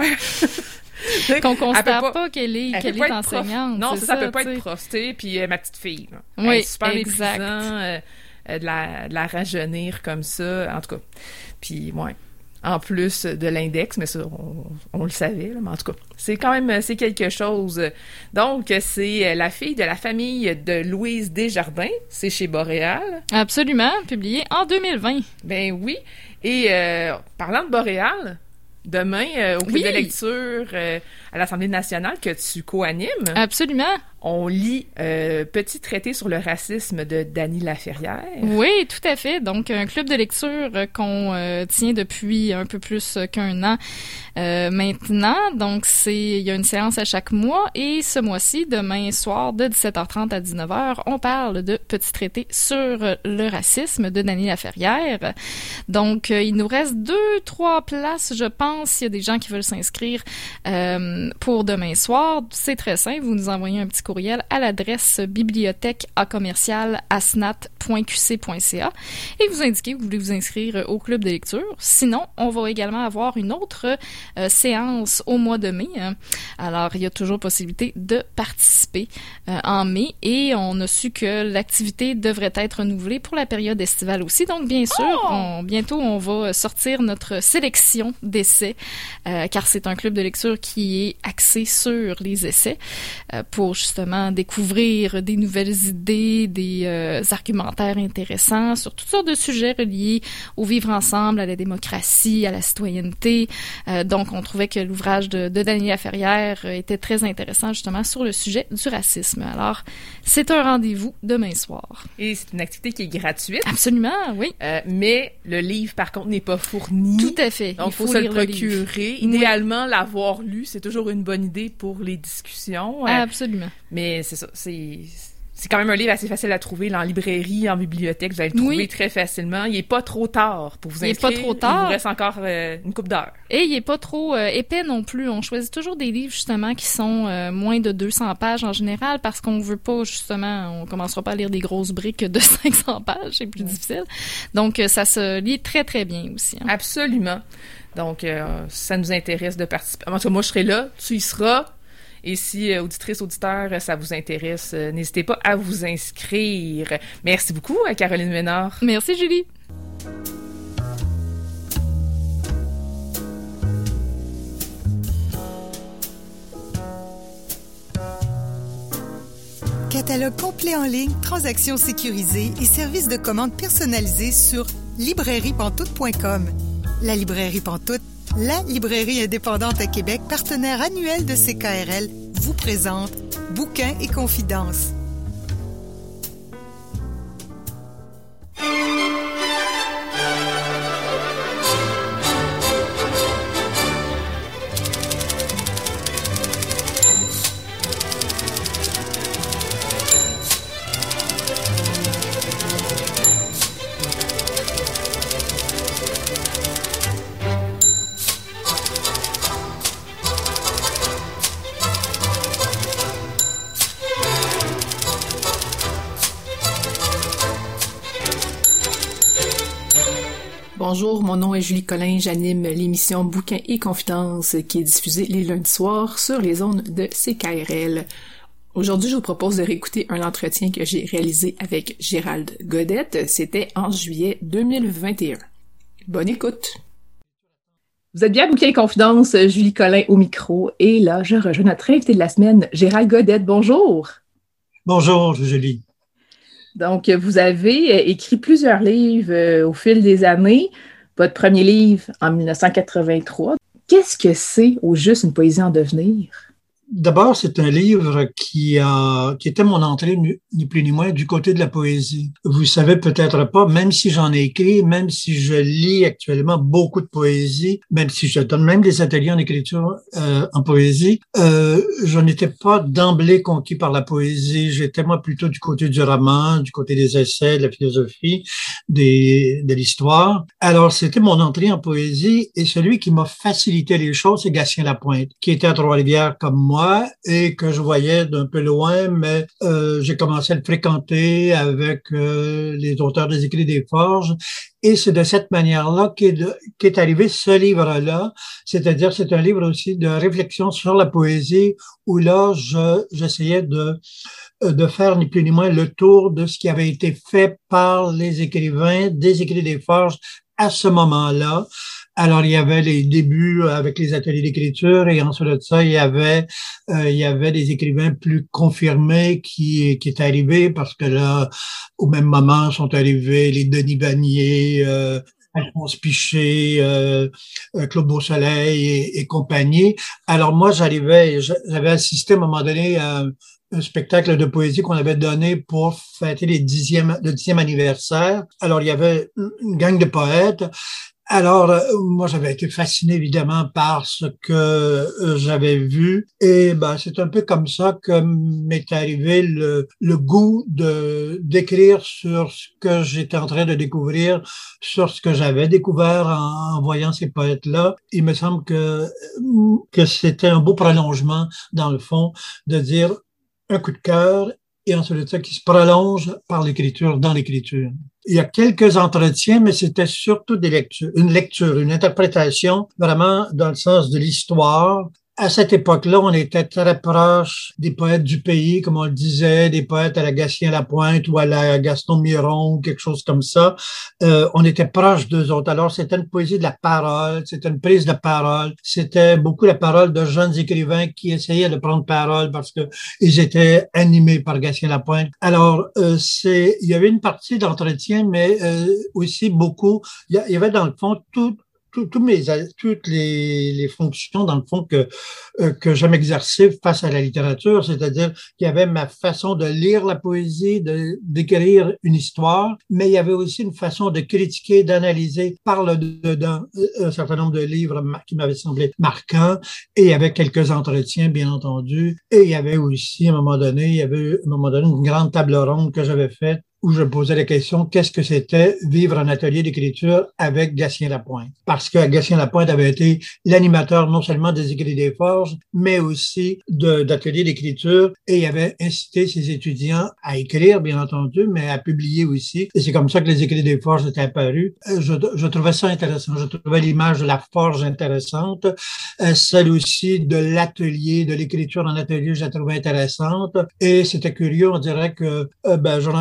Qu'on constate pas, pas qu'elle est, qu'elle est enseignante. Non, c'est ça, ça, elle peut pas t'sais. être prof, tu sais, puis euh, ma petite fille. Là. Oui, elle est super exact. méprisant, euh, euh, de, la, de la rajeunir comme ça, en tout cas. Puis, ouais. En plus de l'index, mais ça, on, on le savait, là, mais en tout cas, c'est quand même, c'est quelque chose. Donc, c'est la fille de la famille de Louise Desjardins, c'est chez Boréal. Absolument, publié en deux mille vingt. Ben oui, et euh, parlant de Boréal, demain, euh, au club oui. de lecture euh, à l'Assemblée nationale que tu co-animes. Absolument. On lit euh, Petit traité sur le racisme de Dany Laferrière. Oui, tout à fait. Donc, un club de lecture qu'on euh, tient depuis un peu plus qu'un an euh, maintenant. Donc, c'est il y a une séance à chaque mois et ce mois-ci, demain soir, de dix-sept heures trente à dix-neuf heures, on parle de Petit traité sur le racisme de Dany Laferrière. Donc, euh, il nous reste deux, trois places, je pense. Il y a des gens qui veulent s'inscrire euh, pour demain soir. C'est très simple. Vous nous envoyez un petit courriel à l'adresse bibliothèque à commercial asnat point q c point c a et vous indiquez que vous voulez vous inscrire au club de lecture. Sinon, on va également avoir une autre euh, séance au mois de mai. Hein. Alors, il y a toujours possibilité de participer euh, en mai et on a su que l'activité devrait être renouvelée pour la période estivale aussi. Donc, bien sûr, oh! on, bientôt, on va sortir notre sélection d'essais euh, car c'est un club de lecture qui est axé sur les essais euh, pour justement découvrir des nouvelles idées, des euh, argumentaires intéressants sur toutes sortes de sujets reliés au vivre ensemble, à la démocratie, à la citoyenneté. Euh, donc, on trouvait que l'ouvrage de, de Dany Laferrière était très intéressant justement sur le sujet du racisme. Alors, c'est un rendez-vous demain soir. Et c'est une activité qui est gratuite. Absolument, oui. Euh, mais le livre, par contre, n'est pas fourni. Tout à fait. Donc, il faut, faut se le procurer. Le Idéalement, oui. L'avoir lu, c'est toujours une bonne idée pour les discussions. Absolument. Mais c'est ça, c'est, c'est quand même un livre assez facile à trouver là, en librairie, en bibliothèque. Vous allez le trouver oui. très facilement. Il est pas trop tard pour vous inscrire. Il est pas trop tard. Il vous reste encore euh, une couple d'heures. Et il est pas trop euh, épais non plus. On choisit toujours des livres justement qui sont euh, moins de deux cents pages en général parce qu'on veut pas justement, on commencera pas à lire des grosses briques de cinq cents pages, c'est plus ouais. difficile. Donc ça se lit très très bien aussi. Hein. Absolument. Donc euh, ça nous intéresse de participer. En tout cas, moi je serai là, tu y seras. Et si, euh, auditrices, auditeurs, ça vous intéresse, euh, n'hésitez pas à vous inscrire. Merci beaucoup à Caroline Ménard. Merci, Julie. catalogue complet en ligne, transactions sécurisées et services de commande personnalisés sur librairie pantoute point com. La Librairie Pantoute, la librairie indépendante à Québec, partenaire annuel de C K R L, vous présente Bouquins et confidences. Bonjour, mon nom est Julie Collin, j'anime l'émission Bouquins et confidences qui est diffusée les lundis soirs sur les ondes de C K R L. Aujourd'hui, je vous propose de réécouter un entretien que j'ai réalisé avec Gérald Godette. C'était en juillet deux mille vingt et un. Bonne écoute! Vous êtes bien à Bouquins et confidences, Julie Collin au micro. Et là, je rejoins notre invité de la semaine, Gérald Godette. Bonjour! Bonjour, Julie. Donc, vous avez écrit plusieurs livres euh, au fil des années. Votre premier livre en mille neuf cent quatre-vingt-trois. Qu'est-ce que c'est au juste une poésie en devenir? D'abord, c'est un livre qui a, qui était mon entrée, ni plus ni moins, du côté de la poésie. Vous savez peut-être pas, même si j'en ai écrit, même si je lis actuellement beaucoup de poésie, même si je donne même des ateliers en écriture euh, en poésie, euh, je n'étais pas d'emblée conquis par la poésie. J'étais moi plutôt du côté du roman, du côté des essais, de la philosophie, des, de l'histoire. Alors, c'était mon entrée en poésie et celui qui m'a facilité les choses, c'est Gatien Lapointe, qui était à Trois-Rivières comme moi et que je voyais d'un peu loin, mais euh, j'ai commencé à le fréquenter avec euh, les auteurs des Écrits des Forges. Et c'est de cette manière-là qu'est, de, qu'est arrivé ce livre-là, c'est-à-dire c'est un livre aussi de réflexion sur la poésie, où là, je, j'essayais de, de faire ni plus ni moins le tour de ce qui avait été fait par les écrivains des Écrits des Forges à ce moment-là. Alors, il y avait les débuts avec les ateliers d'écriture et ensuite de ça, il y avait euh, il y avait des écrivains plus confirmés qui qui étaient arrivés parce que là, au même moment, sont arrivés les Denis Vanier, euh, Alphonse Piché, euh, Claude Beausoleil et, et compagnie. Alors moi, j'arrivais, j'avais assisté à un moment donné à un spectacle de poésie qu'on avait donné pour fêter les dixième, le dixième anniversaire. Alors, il y avait une gang de poètes. Alors, euh, moi, j'avais été fasciné, évidemment, par ce que euh, j'avais vu. Et ben, c'est un peu comme ça que m'est arrivé le, le goût de d'écrire sur ce que j'étais en train de découvrir, sur ce que j'avais découvert en, en voyant ces poètes-là. Il me semble que, que c'était un beau prolongement, dans le fond, de dire un coup de cœur et ensuite de ça qui se prolonge par l'écriture, dans l'écriture. Il y a quelques entretiens, mais c'était surtout des lectures, une lecture, une interprétation vraiment dans le sens de l'histoire. À cette époque-là, on était très proche des poètes du pays, comme on le disait, des poètes à la Gatien Lapointe ou à la Gaston Miron, quelque chose comme ça. Euh, on était proche d'eux autres. Alors, c'était une poésie de la parole, c'était une prise de parole. C'était beaucoup la parole de jeunes écrivains qui essayaient de prendre parole parce que ils étaient animés par Gatien Lapointe. Alors, euh, c'est, il y avait une partie d'entretien, mais euh, aussi beaucoup, il y avait dans le fond tout Tous mes, toutes les, les fonctions, dans le fond, que, euh, que j'aime exercer face à la littérature, c'est-à-dire qu'il y avait ma façon de lire la poésie, de, d'écrire une histoire, mais il y avait aussi une façon de critiquer, d'analyser par le dedans un certain nombre de livres qui m'avaient semblé marquants, et il y avait quelques entretiens, bien entendu, et il y avait aussi, à un moment donné, il y avait, à un moment donné, une grande table ronde que j'avais faite où je posais la question, qu'est-ce que c'était vivre un atelier d'écriture avec Gatien Lapointe? Parce que Gatien Lapointe avait été l'animateur non seulement des Écrits des Forges, mais aussi de, d'ateliers d'écriture, et il avait incité ses étudiants à écrire, bien entendu, mais à publier aussi. Et c'est comme ça que les Écrits des Forges étaient apparus. Je, je trouvais ça intéressant. Je trouvais l'image de la forge intéressante. Celle aussi de l'atelier, de l'écriture en atelier, je la trouvais intéressante. Et c'était curieux, on dirait que euh, ben, je rencontrais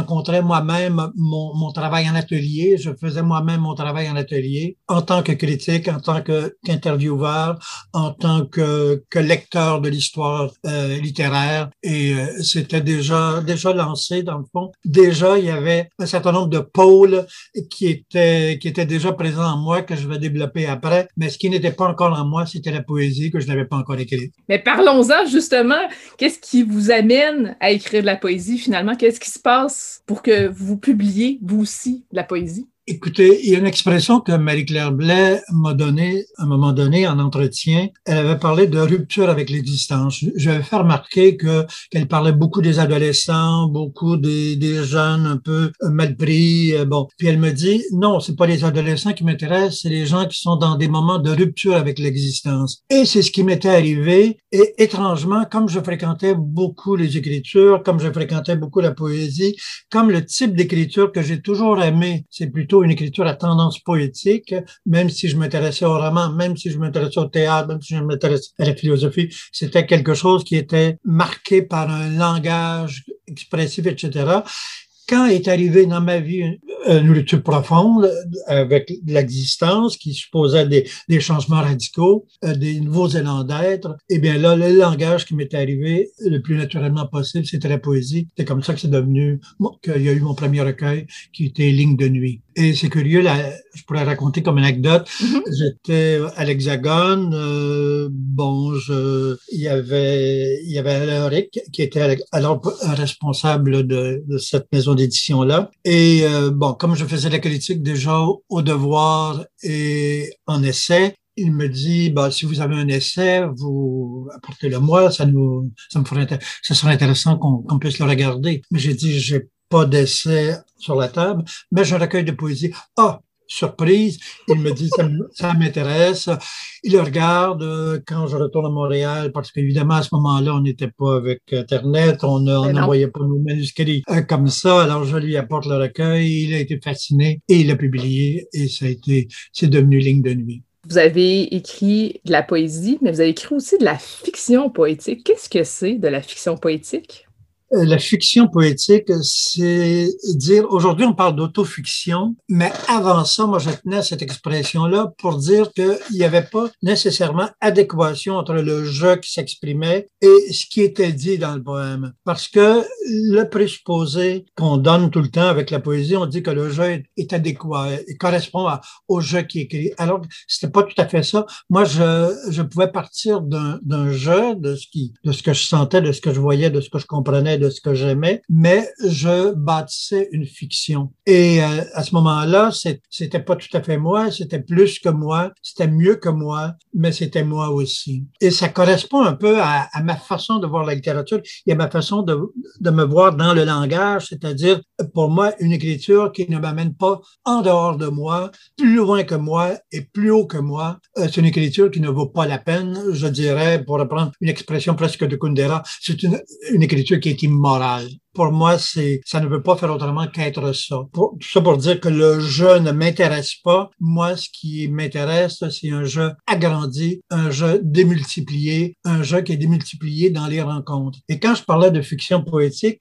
moi-même mon, mon travail en atelier, je faisais moi-même mon travail en atelier, en tant que critique, en tant que, qu'intervieweur, en tant que, que lecteur de l'histoire euh, littéraire. Et euh, c'était déjà, déjà lancé, dans le fond. Déjà, il y avait un certain nombre de pôles qui étaient, qui étaient déjà présents en moi, que je vais développer après. Mais ce qui n'était pas encore en moi, c'était la poésie que je n'avais pas encore écrite. Mais parlons-en, justement. Qu'est-ce qui vous amène à écrire de la poésie, finalement? Qu'est-ce qui se passe pour que vous publiez, vous aussi, de la poésie? Écoutez, il y a une expression que Marie-Claire Blais m'a donnée à un moment donné en entretien. Elle avait parlé de rupture avec l'existence. J'avais fait remarquer que qu'elle parlait beaucoup des adolescents, beaucoup des, des jeunes un peu mal pris. Bon, puis elle me dit non, c'est pas les adolescents qui m'intéressent, c'est les gens qui sont dans des moments de rupture avec l'existence. Et c'est ce qui m'était arrivé. Et étrangement, comme je fréquentais beaucoup les écritures, comme je fréquentais beaucoup la poésie, comme le type d'écriture que j'ai toujours aimé, c'est plutôt une écriture à tendance poétique, même si je m'intéressais au roman, même si je m'intéressais au théâtre, même si je m'intéressais à la philosophie, c'était quelque chose qui était marqué par un langage expressif, et cetera. Quand est arrivé dans ma vie une rupture profonde avec l'existence qui supposait des, des changements radicaux, des nouveaux élans d'être, eh bien là, le langage qui m'est arrivé le plus naturellement possible, c'était la poésie. C'est comme ça que c'est devenu, qu'il y a eu mon premier recueil qui était Lignes de nuit. Et c'est curieux, là, je pourrais raconter comme anecdote, mm-hmm. J'étais à l'Hexagone, euh, bon, je, il y avait, il y avait Alain Rick, qui était alors responsable de, de cette maison d'édition-là. Et euh, bon, comme je faisais la critique déjà au Devoir et en essai, il me dit, bah, si vous avez un essai, vous apportez-le moi, ça nous, ça me ferait, ça serait intéressant qu'on, qu'on puisse le regarder. Mais j'ai dit, j'ai pas d'essai sur la table, mais j'ai un recueil de poésie. Ah! Surprise, il me dit, ça, ça m'intéresse. Il le regarde euh, quand je retourne à Montréal, parce qu'évidemment, à ce moment-là, on n'était pas avec Internet, on n'envoyait pas nos manuscrits euh, comme ça. Alors, je lui apporte le recueil, il a été fasciné et il l'a publié et ça a été, c'est devenu Ligne de nuit. Vous avez écrit de la poésie, mais vous avez écrit aussi de la fiction poétique. Qu'est-ce que c'est de la fiction poétique? La fiction poétique, c'est dire, aujourd'hui on parle d'autofiction, mais avant ça, moi je tenais à cette expression-là pour dire qu'il n'y avait pas nécessairement adéquation entre le je qui s'exprimait et ce qui était dit dans le poème. Parce que le présupposé qu'on donne tout le temps avec la poésie, on dit que le je est, est adéquat, il correspond à, au je qui est écrit. Alors c'était pas tout à fait ça. Moi, je, je pouvais partir d'un, d'un je, de ce qui, de ce que je sentais, de ce que je voyais, de ce que je comprenais, de ce que j'aimais, mais je bâtissais une fiction. Et euh, à ce moment-là, c'est, c'était pas tout à fait moi, c'était plus que moi, c'était mieux que moi, mais c'était moi aussi. Et ça correspond un peu à, à ma façon de voir la littérature et à ma façon de, de me voir dans le langage, c'est-à-dire pour moi une écriture qui ne m'amène pas en dehors de moi, plus loin que moi et plus haut que moi. Euh, c'est une écriture qui ne vaut pas la peine, je dirais, pour reprendre une expression presque de Kundera, c'est une, une écriture qui est immorale. Pour moi, c'est, ça ne veut pas faire autrement qu'être ça. Pour, tout ça pour dire que le jeu ne m'intéresse pas. Moi, ce qui m'intéresse, c'est un jeu agrandi, un jeu démultiplié, un jeu qui est démultiplié dans les rencontres. Et quand je parlais de fiction poétique,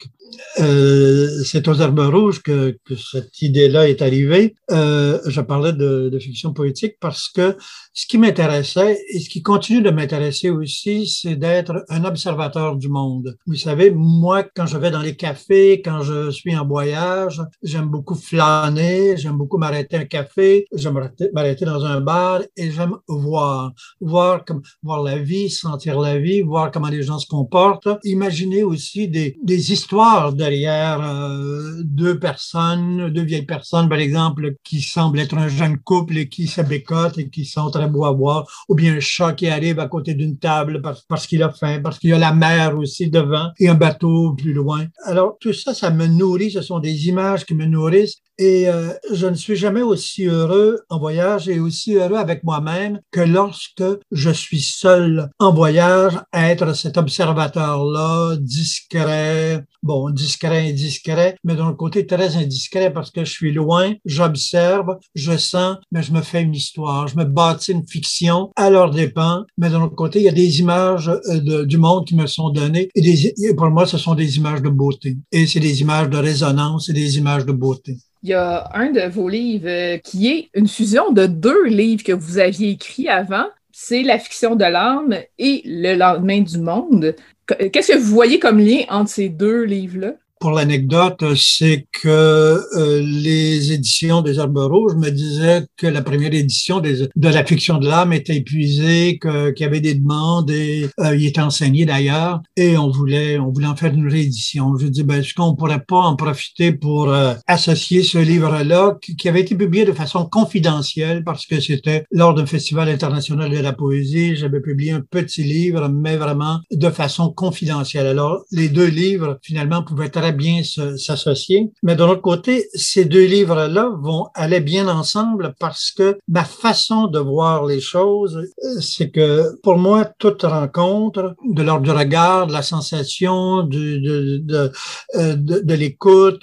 euh, c'est aux Herbes Rouges que, que cette idée-là est arrivée. Euh, je parlais de, de fiction poétique parce que ce qui m'intéressait et ce qui continue de m'intéresser aussi, c'est d'être un observateur du monde. Vous savez, moi, quand je vais dans les cafés, quand je suis en voyage, j'aime beaucoup flâner, j'aime beaucoup m'arrêter à un café, j'aime m'arrêter dans un bar et j'aime voir, voir comme, voir la vie, sentir la vie, voir comment les gens se comportent, imaginer aussi des, des histoires derrière euh, deux personnes, deux vieilles personnes, par exemple, qui semblent être un jeune couple et qui se bécotent et qui sont très beaux à voir, ou bien un chat qui arrive à côté d'une table parce, parce qu'il a faim, parce qu'il y a la mer aussi devant et un bateau plus loin. Alors, tout ça, ça me nourrit, ce sont des images qui me nourrissent Et euh, je ne suis jamais aussi heureux en voyage et aussi heureux avec moi-même que lorsque je suis seul en voyage à être cet observateur-là, discret, bon, discret, indiscret, mais d'un côté très indiscret parce que je suis loin, j'observe, je sens, mais je me fais une histoire, je me bâtis une fiction à leur dépens, mais d'un autre côté, il y a des images de, du monde qui me sont données et des, pour moi, ce sont des images de beauté. Et c'est des images de résonance et des images de beauté. Il y a un de vos livres euh, qui est une fusion de deux livres que vous aviez écrits avant. C'est La fiction de l'âme et Le lendemain du monde. Qu'est-ce que vous voyez comme lien entre ces deux livres-là? Pour l'anecdote, c'est que euh, les éditions des Herbes Rouges me disaient que la première édition des, de La fiction de l'âme était épuisée, que, qu'il y avait des demandes et euh, il était enseigné d'ailleurs et on voulait on voulait en faire une réédition. Je dis ben est-ce qu'on pourrait pas en profiter pour euh, associer ce livre-là qui, qui avait été publié de façon confidentielle parce que c'était lors d'un festival international de la poésie. J'avais publié un petit livre mais vraiment de façon confidentielle. Alors les deux livres finalement pouvaient être bien s'associer. Mais de l'autre côté, ces deux livres-là vont aller bien ensemble parce que ma façon de voir les choses, c'est que pour moi, toute rencontre, de l'ordre du regard, de la sensation, du, de, de, de, de l'écoute,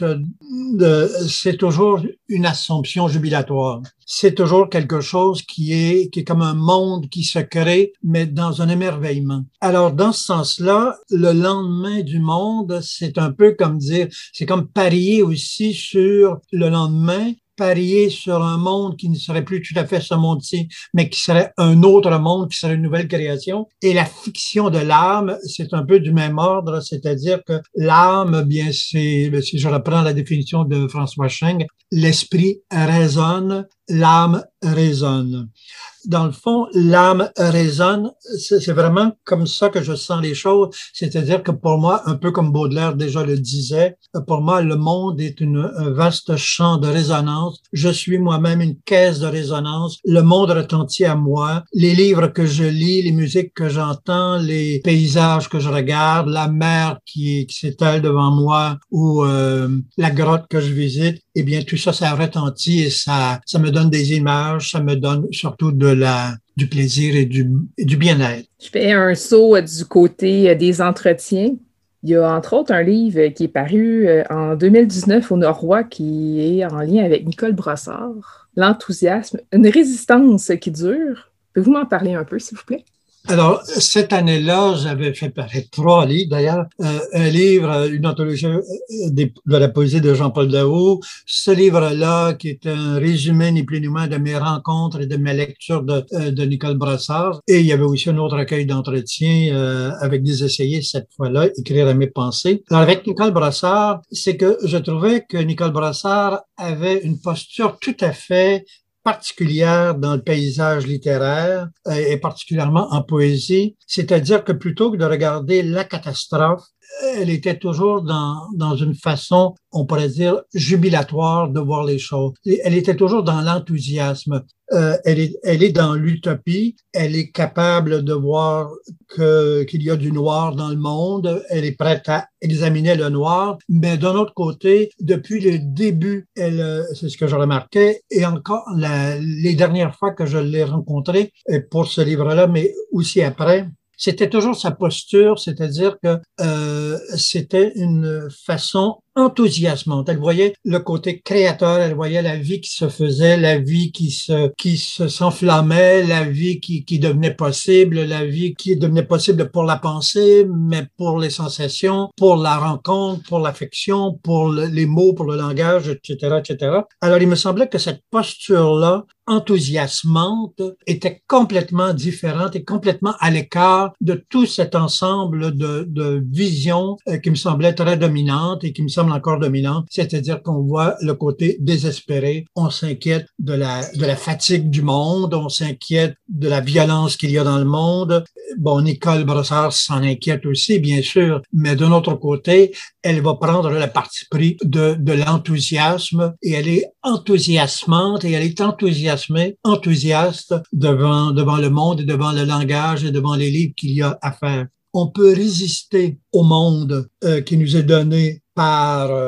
de, c'est toujours une assomption jubilatoire. C'est toujours quelque chose qui est, qui est comme un monde qui se crée, mais dans un émerveillement. Alors, dans ce sens-là, le lendemain du monde, c'est un peu comme dire, c'est comme parier aussi sur le lendemain, parier sur un monde qui ne serait plus tout à fait ce monde-ci, mais qui serait un autre monde, qui serait une nouvelle création. Et la fiction de l'âme, c'est un peu du même ordre, c'est-à-dire que l'âme, bien, c'est, si je reprends la définition de François Cheng, l'esprit résonne, l'âme résonne. Dans le fond, l'âme résonne, c'est vraiment comme ça que je sens les choses. C'est-à-dire que pour moi, un peu comme Baudelaire déjà le disait, pour moi, le monde est une, un vaste champ de résonance. Je suis moi-même une caisse de résonance. Le monde retentit à moi. Les livres que je lis, les musiques que j'entends, les paysages que je regarde, la mer qui, qui s'étale devant moi ou euh, la grotte que je visite, eh bien, tout ça, ça retentit et ça, ça me donne des images, ça me donne surtout de la, du plaisir et du, et du bien-être. Je fais un saut du côté des entretiens. Il y a entre autres un livre qui est paru en deux mille dix-neuf au Norrois qui est en lien avec Nicole Brossard. L'enthousiasme, une résistance qui dure. Pouvez-vous m'en parler un peu, s'il vous plaît? Alors, cette année-là, j'avais fait paraître trois livres, d'ailleurs. Euh, un livre, une anthologie de la poésie de Jean-Paul Daoust. Ce livre-là, qui est un résumé, ni plus ni moins, de mes rencontres et de mes lectures de, de Nicole Brossard. Et il y avait aussi un autre recueil d'entretien euh, avec des essayés, cette fois-là, écrire à mes pensées. Alors, avec Nicole Brossard, c'est que je trouvais que Nicole Brossard avait une posture tout à fait particulière dans le paysage littéraire et particulièrement en poésie, c'est-à-dire que plutôt que de regarder la catastrophe, elle était toujours dans, dans une façon, on pourrait dire, jubilatoire de voir les choses. Elle était toujours dans l'enthousiasme. Euh, elle est, elle est dans l'utopie. Elle est capable de voir que, qu'il y a du noir dans le monde. Elle est prête à examiner le noir. Mais d'un autre côté, depuis le début, elle, c'est ce que je remarquais, et encore la, les dernières fois que je l'ai rencontrée pour ce livre-là, mais aussi après, c'était toujours sa posture, c'est-à-dire que euh, c'était une façon enthousiasmante. Elle voyait le côté créateur, elle voyait la vie qui se faisait, la vie qui se qui se s'enflammait, la vie qui qui devenait possible, la vie qui devenait possible pour la pensée, mais pour les sensations, pour la rencontre, pour l'affection, pour le, les mots, pour le langage, et cetera, et cetera. Alors, il me semblait que cette posture-là, enthousiasmante, était complètement différente et complètement à l'écart de tout cet ensemble de, de visions euh, qui me semblait très dominante et qui me semble encore dominante, c'est-à-dire qu'on voit le côté désespéré, on s'inquiète de la, de la fatigue du monde, on s'inquiète de la violence qu'il y a dans le monde. Bon, Nicole Brossard s'en inquiète aussi, bien sûr, mais d'un autre côté, elle va prendre le parti pris de, de l'enthousiasme et elle est enthousiasmante et elle est enthousiasmée, enthousiaste devant, devant le monde et devant le langage et devant les livres qu'il y a à faire. On peut résister au monde euh, qui nous est donné par euh,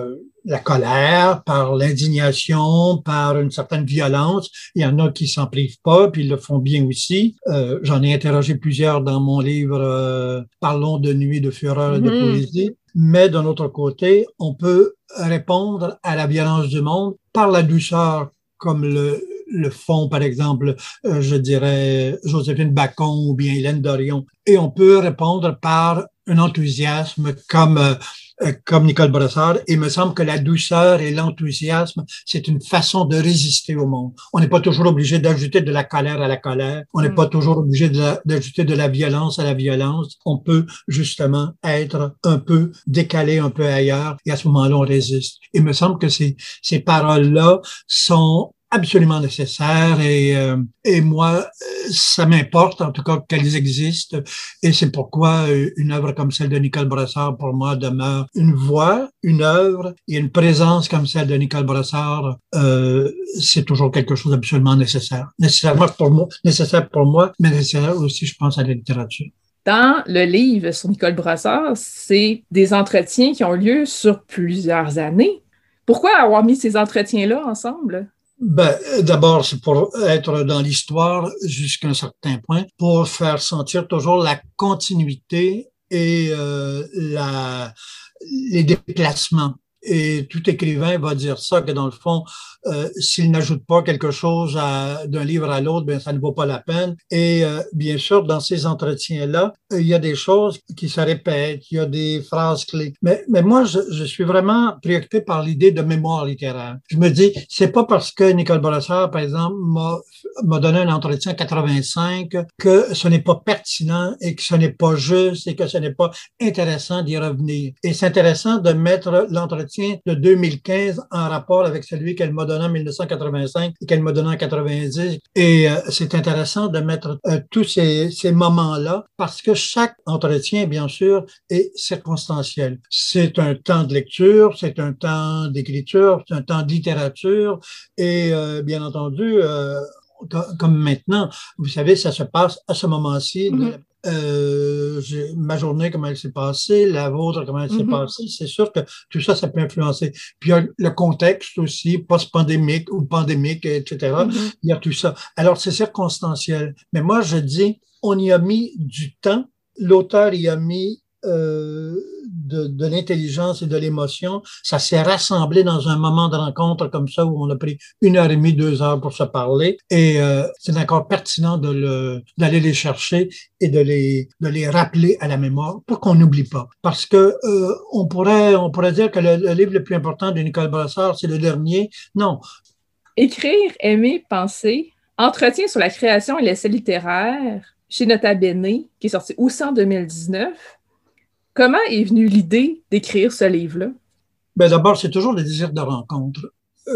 la colère, par l'indignation, par une certaine violence. Il y en a qui s'en privent pas, puis ils le font bien aussi. Euh, j'en ai interrogé plusieurs dans mon livre euh, Parlons de nuit, de fureur et de Mhm. poésie. Mais d'un autre côté, on peut répondre à la violence du monde par la douceur, comme le, le font, par exemple, euh, je dirais, Joséphine Bacon ou bien Hélène Dorion. Et on peut répondre par un enthousiasme comme euh, comme Nicole Brossard. Il me semble que la douceur et l'enthousiasme, c'est une façon de résister au monde. On n'est pas toujours obligé d'ajouter de la colère à la colère. On n'est Mm. pas toujours obligé de la- d'ajouter de la violence à la violence. On peut justement être un peu décalé, un peu ailleurs, et à ce moment-là, on résiste. Il me semble que ces, ces paroles-là sont absolument nécessaires et, euh, et moi, ça m'importe en tout cas qu'elles existent et c'est pourquoi une œuvre comme celle de Nicole Brossard pour moi demeure une voix, une œuvre et une présence comme celle de Nicole Brossard, euh, c'est toujours quelque chose d'absolument nécessaire. Nécessairement pour moi, nécessaire pour moi, mais nécessaire aussi, je pense, à la littérature. Dans le livre sur Nicole Brossard, c'est des entretiens qui ont lieu sur plusieurs années. Pourquoi avoir mis ces entretiens-là ensemble? Ben, d'abord, c'est pour être dans l'histoire jusqu'à un certain point, pour faire sentir toujours la continuité et euh, la, les déplacements. Et tout écrivain va dire ça, que dans le fond, euh, s'il n'ajoute pas quelque chose à, d'un livre à l'autre, ben ça ne vaut pas la peine. Et euh, bien sûr, dans ces entretiens-là, il y a des choses qui se répètent, il y a des phrases clés. Mais, mais moi, je, je suis vraiment préoccupé par l'idée de mémoire littéraire. Je me dis, c'est pas parce que Nicole Brossard, par exemple, m'a, m'a donné un entretien en quatre-vingt-cinq que ce n'est pas pertinent et que ce n'est pas juste et que ce n'est pas intéressant d'y revenir. Et c'est intéressant de mettre l'entretien de deux mille quinze en rapport avec celui qu'elle m'a donné en mille neuf cent quatre-vingt-cinq et qu'elle m'a donné en quatre-vingt-dix. Et euh, c'est intéressant de mettre euh, tous ces, ces moments-là parce que chaque entretien, bien sûr, est circonstanciel. C'est un temps de lecture, c'est un temps d'écriture, c'est un temps de littérature et euh, bien entendu, euh, comme maintenant, vous savez, ça se passe à ce moment-ci. Mm-hmm. de, Euh, ma journée, comment elle s'est passée, la vôtre, comment elle s'est mm-hmm. passée, c'est sûr que tout ça, ça peut influencer. Puis il y a le contexte aussi, post-pandémique ou pandémique, et cetera. Mm-hmm. Il y a tout ça. Alors, c'est circonstanciel. Mais moi, je dis, on y a mis du temps. L'auteur y a mis euh, de, de l'intelligence et de l'émotion. Ça s'est rassemblé dans un moment de rencontre comme ça où on a pris une heure et demie, deux heures pour se parler. Et euh, c'est encore pertinent de le, d'aller les chercher et de les, de les rappeler à la mémoire pour qu'on n'oublie pas. Parce que euh, on pourrait, on pourrait dire que le, le livre le plus important de Nicole Brossard, c'est le dernier. Non. Écrire, aimer, penser. Entretien sur la création et l'essai littéraire chez Nota Bene, qui est sorti aussi en deux mille dix-neuf. Comment est venue l'idée d'écrire ce livre-là? Ben d'abord, c'est toujours le désir de rencontre.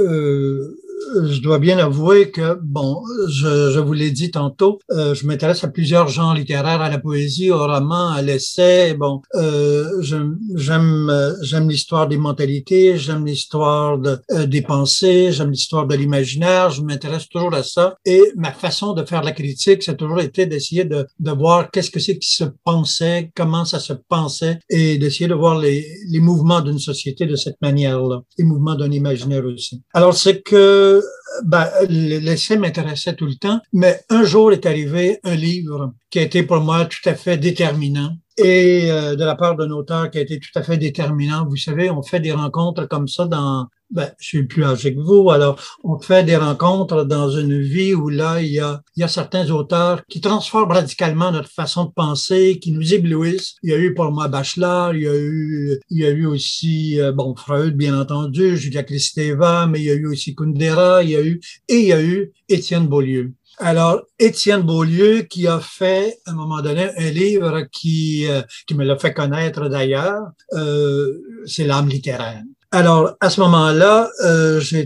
Euh, je dois bien avouer que, bon, je, je vous l'ai dit tantôt, euh, je m'intéresse à plusieurs genres littéraires, à la poésie, au roman, à l'essai. Bon, euh, je, j'aime, j'aime l'histoire des mentalités, j'aime l'histoire de, euh, des pensées, j'aime l'histoire de l'imaginaire. Je m'intéresse toujours à ça. Et ma façon de faire la critique, ça a toujours été d'essayer de, de voir qu'est-ce que c'est qui se pensait, comment ça se pensait, et d'essayer de voir les, les mouvements d'une société de cette manière-là, les mouvements d'un imaginaire aussi. Alors, c'est que ben, l'essai m'intéressait tout le temps, mais un jour est arrivé un livre qui a été pour moi tout à fait déterminant et euh, de la part d'un auteur qui a été tout à fait déterminant. Vous savez, on fait des rencontres comme ça dans... Ben, je suis plus âgé que vous, alors on fait des rencontres dans une vie où là, il y a, il y a certains auteurs qui transforment radicalement notre façon de penser, qui nous éblouissent. Il y a eu pour moi Bachelard, il y a eu, il y a eu aussi, euh, bon, Freud, bien entendu, Julia Kristeva, mais il y a eu aussi Kundera, il y a eu, et il y a eu Étienne Beaulieu. Alors, Étienne Beaulieu, qui a fait, à un moment donné, un livre qui, euh, qui me l'a fait connaître d'ailleurs, euh, c'est L'âme littéraire. Alors, à ce moment-là, euh, j'ai été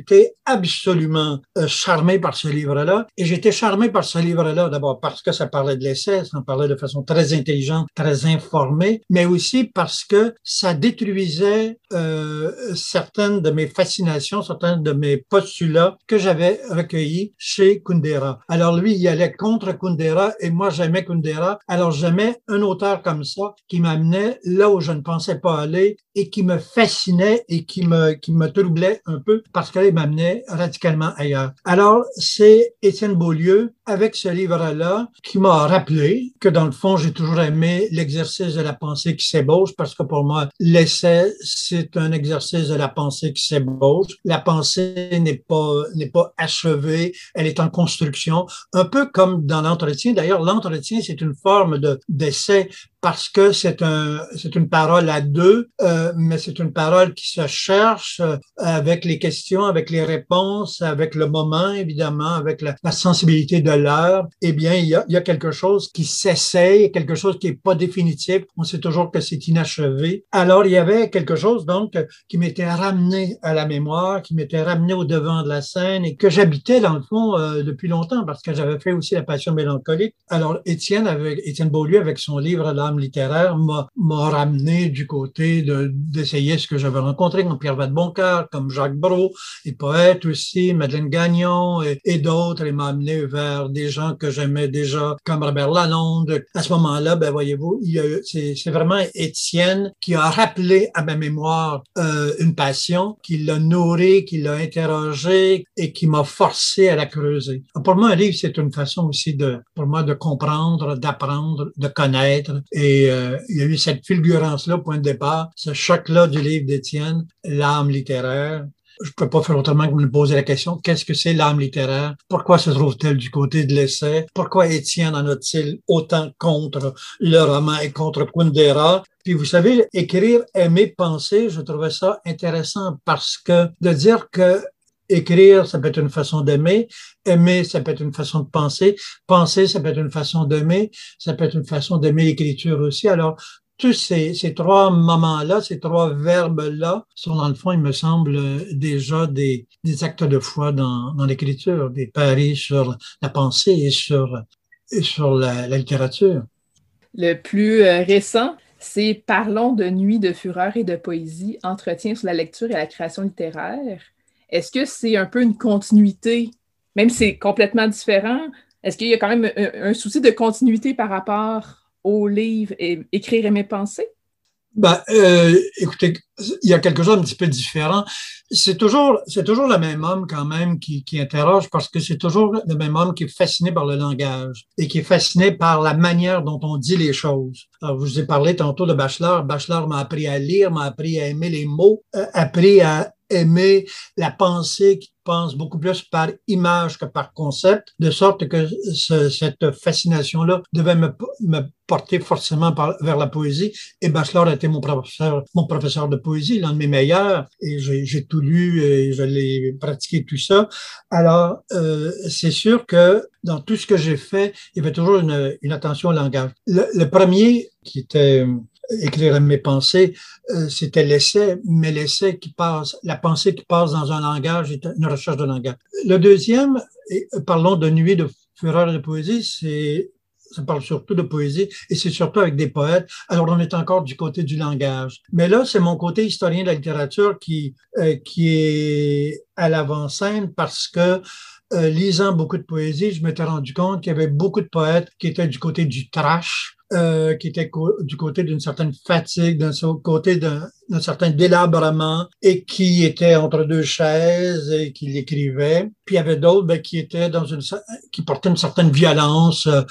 absolument euh, charmé par ce livre-là. Et j'étais charmé par ce livre-là, d'abord parce que ça parlait de l'essai, ça en parlait de façon très intelligente, très informée, mais aussi parce que ça détruisait euh, certaines de mes fascinations, certains de mes postulats que j'avais recueillis chez Kundera. Alors lui, il allait contre Kundera et moi, j'aimais Kundera. Alors j'aimais un auteur comme ça qui m'amenait là où je ne pensais pas aller et qui me fascinait et qui me, qui me troublait un peu parce qu'il m'amenait radicalement ailleurs. Alors, c'est Étienne Beaulieu, avec ce livre-là, qui m'a rappelé que dans le fond, j'ai toujours aimé l'exercice de la pensée qui s'ébauche parce que pour moi, l'essai, c'est un exercice de la pensée qui s'ébauche. La pensée n'est pas, n'est pas achevée, elle est en construction, un peu comme dans l'entretien. D'ailleurs, l'entretien, c'est une forme de, d'essai parce que c'est un, c'est une parole à deux, euh, mais c'est une parole qui se cherche euh, avec les questions, avec les réponses, avec le moment, évidemment, avec la, la sensibilité de l'heure. Eh bien, il y a, il y a quelque chose qui s'essaye, quelque chose qui est pas définitif. On sait toujours que c'est inachevé. Alors, il y avait quelque chose, donc, qui m'était ramené à la mémoire, qui m'était ramené au devant de la scène et que j'habitais, dans le fond, euh, depuis longtemps parce que j'avais fait aussi La Passion mélancolique. Alors, Étienne, avec, Étienne Beaulieu, avec son livre L'âme littéraire, m'a, m'a ramené du côté de, d'essayer ce que j'avais rencontré, comme Pierre Vadeboncoeur, comme Jacques Brault, les poètes aussi, Madeleine Gagnon et, et d'autres, et m'a amené vers des gens que j'aimais déjà, comme Robert Lalonde. À ce moment-là, ben voyez-vous, il y a, c'est, c'est vraiment Étienne qui a rappelé à ma mémoire euh, une passion, qui l'a nourrie, qui l'a interrogée et qui m'a forcé à la creuser. Pour moi, un livre, c'est une façon aussi de, pour moi, de comprendre, d'apprendre, de connaître. Et euh, il y a eu cette fulgurance-là, point de départ, ce choc-là du livre d'Étienne, L'âme littéraire. Je ne peux pas faire autrement que me poser la question, qu'est-ce que c'est l'âme littéraire? Pourquoi se trouve-t-elle du côté de l'essai? Pourquoi Étienne en a-t-il autant contre le roman et contre Kundera? Puis vous savez, écrire, aimer, penser, je trouvais ça intéressant parce que de dire que écrire, ça peut être une façon d'aimer. Aimer, ça peut être une façon de penser. Penser, ça peut être une façon d'aimer. Ça peut être une façon d'aimer l'écriture aussi. Alors, tous ces, ces trois moments-là, ces trois verbes-là sont, dans le fond, il me semble, déjà des, des actes de foi dans, dans l'écriture, des paris sur la pensée et sur, et sur la, la littérature. Le plus euh, récent, c'est Parlons de nuit, de fureur et de poésie, entretien sur la lecture et la création littéraire. Est-ce que c'est un peu une continuité, même si c'est complètement différent, est-ce qu'il y a quand même un, un souci de continuité par rapport au livre et Écrire, aimer, penser? Ben, euh, écoutez, il y a quelque chose d'un petit peu différent. C'est toujours, c'est toujours le même homme quand même qui, qui interroge parce que c'est toujours le même homme qui est fasciné par le langage et qui est fasciné par la manière dont on dit les choses. Alors, je vous ai parlé tantôt de Bachelard. Bachelard m'a appris à lire, m'a appris à aimer les mots, euh, appris à aimer la pensée qui pense beaucoup plus par image que par concept, de sorte que ce, cette fascination-là devait me, me porter forcément par, vers la poésie. Et Bachelard a été mon professeur, mon professeur de poésie, l'un de mes meilleurs, et j'ai, j'ai tout lu et je l'ai pratiqué tout ça. Alors, euh, c'est sûr que dans tout ce que j'ai fait, il y avait toujours une, une attention au langage. Le, le premier, qui était Écrire mes pensées, euh, c'était l'essai, mais l'essai qui passe, la pensée qui passe dans un langage est une recherche de langage. Le deuxième, et, parlons de nuit, de fureur et de poésie, c'est, ça parle surtout de poésie et c'est surtout avec des poètes. Alors, on est encore du côté du langage. Mais là, c'est mon côté historien de la littérature qui, euh, qui est à l'avant-scène parce que euh, lisant beaucoup de poésie, je m'étais rendu compte qu'il y avait beaucoup de poètes qui étaient du côté du trash, Euh, qui était co- du côté d'une certaine fatigue, d'un côté d'un, d'un certain délabrement et qui étaient entre deux chaises et qui l'écrivaient. Puis il y avait d'autres ben, qui étaient dans une, qui portaient une certaine violence. Euh,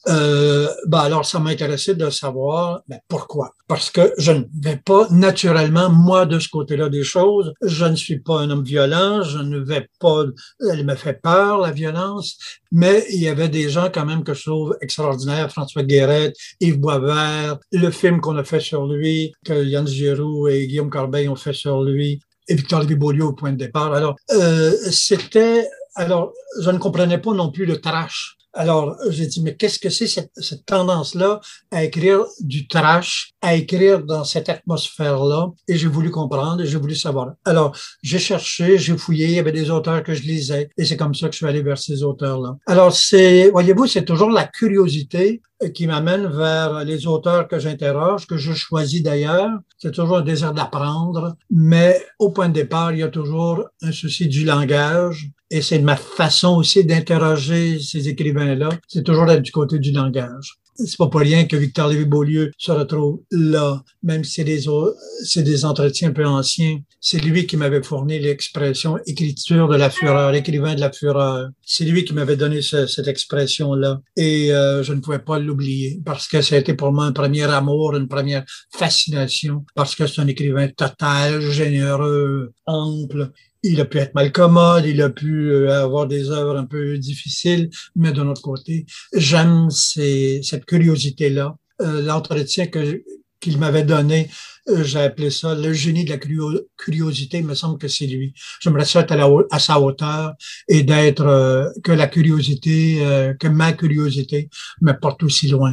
euh, ben alors ça m'a intéressé de savoir ben, pourquoi. Parce que je ne vais pas naturellement, moi, de ce côté-là des choses. Je ne suis pas un homme violent, je ne vais pas, elle me fait peur, la violence. Mais il y avait des gens quand même que je trouve extraordinaires, François Guéret, Yves Boisvert, le film qu'on a fait sur lui, que Yann Giroux et Guillaume Corbeil ont fait sur lui, et Victor Lévy-Beaulieu au point de départ. Alors, euh, c'était, alors, je ne comprenais pas non plus le trash. Alors, j'ai dit, mais qu'est-ce que c'est cette, cette tendance-là à écrire du trash, à écrire dans cette atmosphère-là? Et j'ai voulu comprendre et j'ai voulu savoir. Alors, j'ai cherché, j'ai fouillé, il y avait des auteurs que je lisais et c'est comme ça que je suis allé vers ces auteurs-là. Alors, c'est, voyez-vous, c'est toujours la curiosité qui m'amène vers les auteurs que j'interroge, que je choisis d'ailleurs. C'est toujours un désir d'apprendre, mais au point de départ, il y a toujours un souci du langage. Et c'est ma façon aussi d'interroger ces écrivains-là. C'est toujours d'être du côté du langage. C'est pas pour rien que Victor Lévy-Beaulieu se retrouve là, même si c'est des, autres, c'est des entretiens un peu anciens. C'est lui qui m'avait fourni l'expression écriture de la fureur, écrivain de la fureur. C'est lui qui m'avait donné ce, cette expression-là. Et euh, je ne pouvais pas l'oublier parce que ça a été pour moi un premier amour, une première fascination, parce que c'est un écrivain total, généreux, ample. Il a pu être malcommode, il a pu avoir des œuvres un peu difficiles, mais d'un autre côté, j'aime ces, cette curiosité-là. Euh, l'entretien que, qu'il m'avait donné, euh, j'ai appelé ça le génie de la curiosité, il me semble que c'est lui. J'aimerais ça être à, la, à sa hauteur et d'être, euh, que la curiosité, euh, que ma curiosité me porte aussi loin.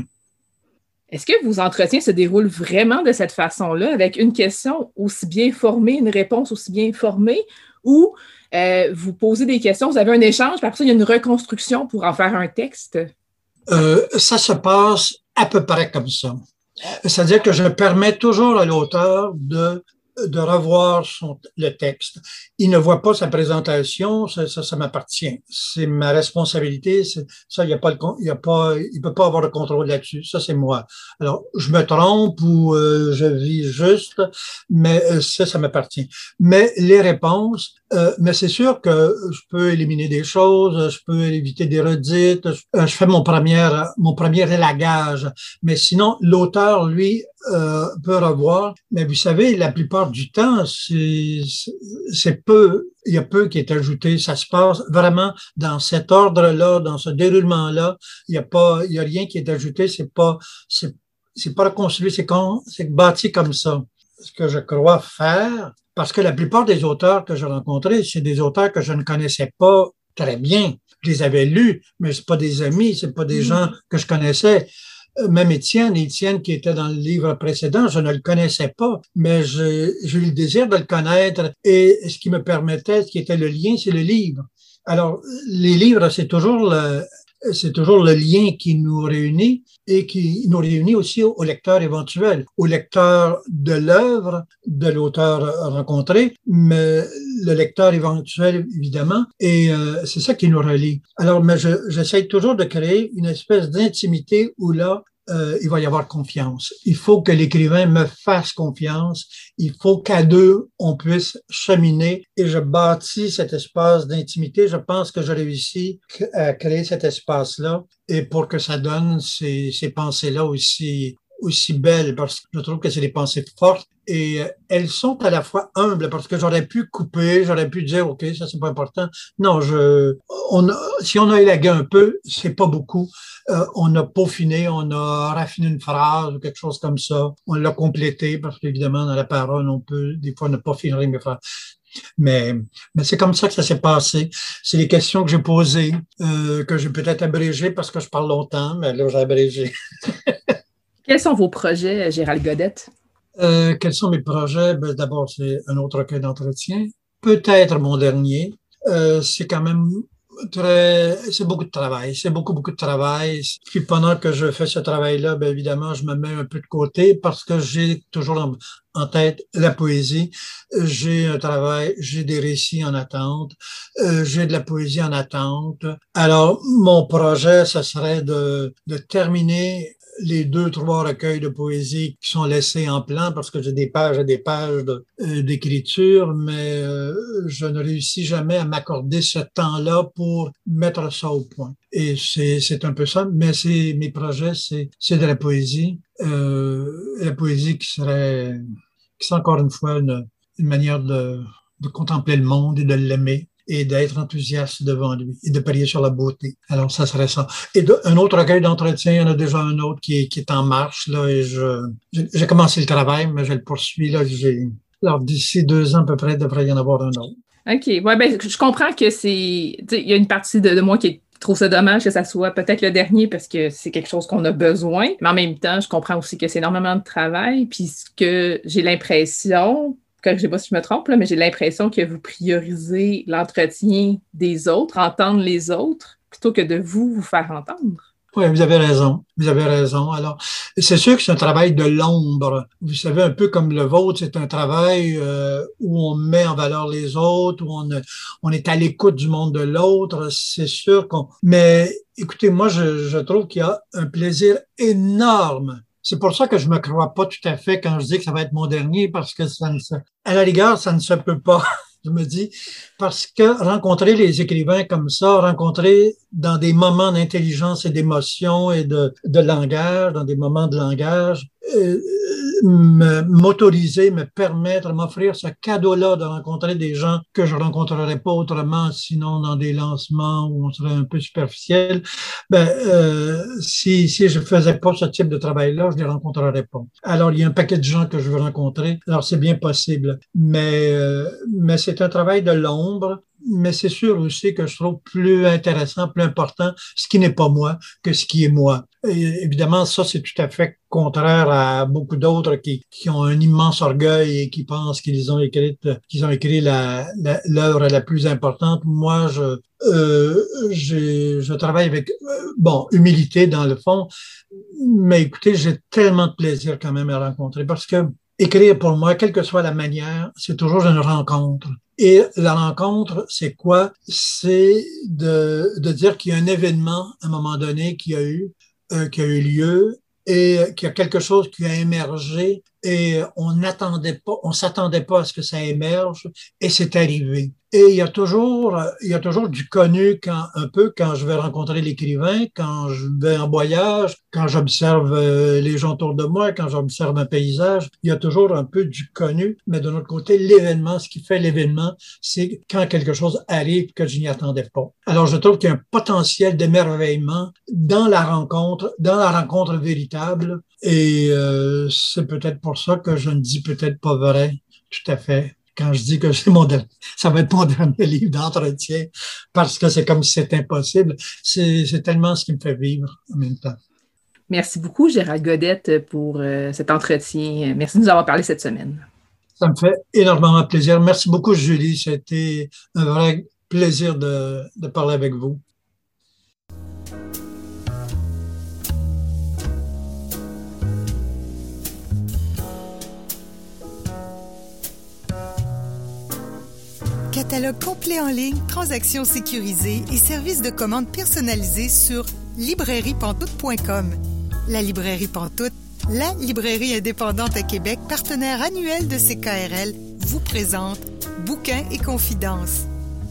Est-ce que vos entretiens se déroulent vraiment de cette façon-là, avec une question aussi bien formée, une réponse aussi bien formée, ou euh, vous posez des questions, vous avez un échange, puis après ça, il y a une reconstruction pour en faire un texte? Euh, ça se passe à peu près comme ça. C'est-à-dire que je permets toujours à l'auteur de de revoir son, le texte. Il ne voit pas sa présentation, ça, ça, ça m'appartient. C'est ma responsabilité. C'est, ça, il y a pas le, il y a pas, il peut pas avoir de contrôle là-dessus. Ça, c'est moi. Alors, je me trompe ou euh, je vis juste, mais euh, ça, ça m'appartient. Mais les réponses, euh, mais c'est sûr que je peux éliminer des choses, je peux éviter des redites, je, je fais mon premier, mon premier élagage. Mais sinon, l'auteur, lui, euh, peut revoir. Mais vous savez, la plupart du temps, c'est, c'est peu, il y a peu qui est ajouté. Ça se passe vraiment dans cet ordre-là, dans ce déroulement-là. Il y a pas, il y a rien qui est ajouté. C'est pas, c'est, c'est pas reconstruit. C'est con, c'est bâti comme ça. Ce que je crois faire, parce que la plupart des auteurs que j'ai rencontrés, c'est des auteurs que je ne connaissais pas très bien. Je les avais lus, mais c'est pas des amis, c'est pas des gens que je connaissais. Même Étienne, Étienne qui était dans le livre précédent, je ne le connaissais pas, mais j'ai, j'ai eu le désir de le connaître et ce qui me permettait, ce qui était le lien, c'est le livre. Alors, les livres, c'est toujours le, c'est toujours le lien qui nous réunit et qui nous réunit aussi au, au lecteur éventuel, au lecteur de l'œuvre de l'auteur rencontré, mais le lecteur éventuel, évidemment, et euh, c'est ça qui nous relie. Alors, mais je, j'essaie toujours de créer une espèce d'intimité où là, Euh, il va y avoir confiance. Il faut que l'écrivain me fasse confiance. Il faut qu'à deux, on puisse cheminer et je bâtis cet espace d'intimité. Je pense que je réussis à créer cet espace-là et pour que ça donne ces, ces pensées-là aussi, aussi belles parce que je trouve que c'est des pensées fortes et elles sont à la fois humbles parce que j'aurais pu couper, j'aurais pu dire, OK, ça c'est pas important. Non, je, on a, si on a élagué un peu, c'est pas beaucoup. Euh, on a peaufiné, on a raffiné une phrase ou quelque chose comme ça. On l'a complété parce qu'évidemment, dans la parole, on peut des fois ne pas finir mes phrases. Mais, mais c'est comme ça que ça s'est passé. C'est les questions que j'ai posées, euh, que j'ai peut-être abrégées parce que je parle longtemps, mais là, j'ai abrégé. Quels sont vos projets, Gérald Godette? Euh, quels sont mes projets? Ben, d'abord, c'est un autre recueil d'entretien. Peut-être mon dernier. Euh, c'est quand même très, c'est beaucoup de travail. C'est beaucoup, beaucoup de travail. Puis pendant que je fais ce travail-là, ben, évidemment, je me mets un peu de côté parce que j'ai toujours en, en tête la poésie. J'ai un travail, j'ai des récits en attente. Euh, j'ai de la poésie en attente. Alors, mon projet, ce serait de, de terminer les deux, trois recueils de poésie qui sont laissés en plan parce que j'ai des pages et des pages de, euh, d'écriture, mais euh, je ne réussis jamais à m'accorder ce temps-là pour mettre ça au point. Et c'est, c'est un peu ça, mais c'est, mes projets, c'est, c'est de la poésie. Euh, la poésie qui serait, qui serait encore une fois une, une manière de, de contempler le monde et de l'aimer et d'être enthousiaste devant lui et de parier sur la beauté. Alors, ça serait ça. Et de, un autre recueil d'entretien, il y en a déjà un autre qui est, qui est en marche, là, et je, j'ai, j'ai commencé le travail, mais je le poursuis, là, j'ai, alors, d'ici deux ans, à peu près, il devrait y en avoir un autre. OK. Ouais, ben, je comprends que c'est, tu sais, il y a une partie de, de moi qui est Je trouve ça dommage que ça soit peut-être le dernier parce que c'est quelque chose qu'on a besoin. Mais en même temps, je comprends aussi que c'est énormément de travail. Puis que j'ai l'impression, que je ne sais pas si je me trompe, là, mais j'ai l'impression que vous priorisez l'entretien des autres, entendre les autres, plutôt que de vous vous faire entendre. Oui, vous avez raison. Vous avez raison. Alors, c'est sûr que c'est un travail de l'ombre. Vous savez, un peu comme le vôtre, c'est un travail euh, où on met en valeur les autres, où on, on est à l'écoute du monde de l'autre. C'est sûr qu'on... Mais écoutez, moi, je, je trouve qu'il y a un plaisir énorme. C'est pour ça que je me crois pas tout à fait quand je dis que ça va être mon dernier, parce que ça ne se... à la rigueur, ça ne se peut pas. Je me dis, parce que rencontrer les écrivains comme ça, rencontrer dans des moments d'intelligence et d'émotion et de, de langage, dans des moments de langage, euh, me, m'autoriser, me permettre, m'offrir ce cadeau-là de rencontrer des gens que je rencontrerais pas autrement, sinon dans des lancements où on serait un peu superficiel. Ben, euh, si, si je faisais pas ce type de travail-là, je les rencontrerais pas. Alors, il y a un paquet de gens que je veux rencontrer. Alors, c'est bien possible. Mais, euh, mais c'est un travail de l'ombre. Mais c'est sûr aussi que je trouve plus intéressant, plus important ce qui n'est pas moi que ce qui est moi. Et évidemment, ça, c'est tout à fait contraire à beaucoup d'autres qui, qui ont un immense orgueil et qui pensent qu'ils ont écrit, qu'ils ont écrit la, la, l'œuvre la plus importante. Moi, je, euh, j'ai, je travaille avec, euh, bon, humilité dans le fond. Mais écoutez, j'ai tellement de plaisir quand même à rencontrer parce que écrire pour moi, quelle que soit la manière, c'est toujours une rencontre. Et la rencontre, c'est quoi? C'est de, de dire qu'il y a un événement à un moment donné qui a eu, euh, qui a eu lieu et qu'il y a quelque chose qui a émergé et on n'attendait pas, on s'attendait pas à ce que ça émerge et c'est arrivé. Et il y a toujours, il y a toujours du connu quand, un peu quand je vais rencontrer l'écrivain, quand je vais en voyage, quand j'observe les gens autour de moi, quand j'observe un paysage, il y a toujours un peu du connu. Mais de l'autre côté, l'événement, ce qui fait l'événement, c'est quand quelque chose arrive que je n'y attendais pas. Alors, je trouve qu'il y a un potentiel d'émerveillement dans la rencontre, dans la rencontre véritable. Et euh, c'est peut-être pour ça que je ne dis peut-être pas vrai, tout à fait. Quand je dis que c'est mon dernier, ça va être mon dernier livre d'entretien, parce que c'est comme si c'était impossible. C'est, c'est tellement ce qui me fait vivre en même temps. Merci beaucoup, Gérald Godette, pour euh, cet entretien. Merci de nous avoir parlé cette semaine. Ça me fait énormément plaisir. Merci beaucoup, Julie. C'était un vrai plaisir de, de parler avec vous. Catalogue complet en ligne, transactions sécurisées et services de commande personnalisés sur librairie pantoute point com. La Librairie Pantoute, la librairie indépendante à Québec, partenaire annuel de C K R L, vous présente Bouquins et confidences.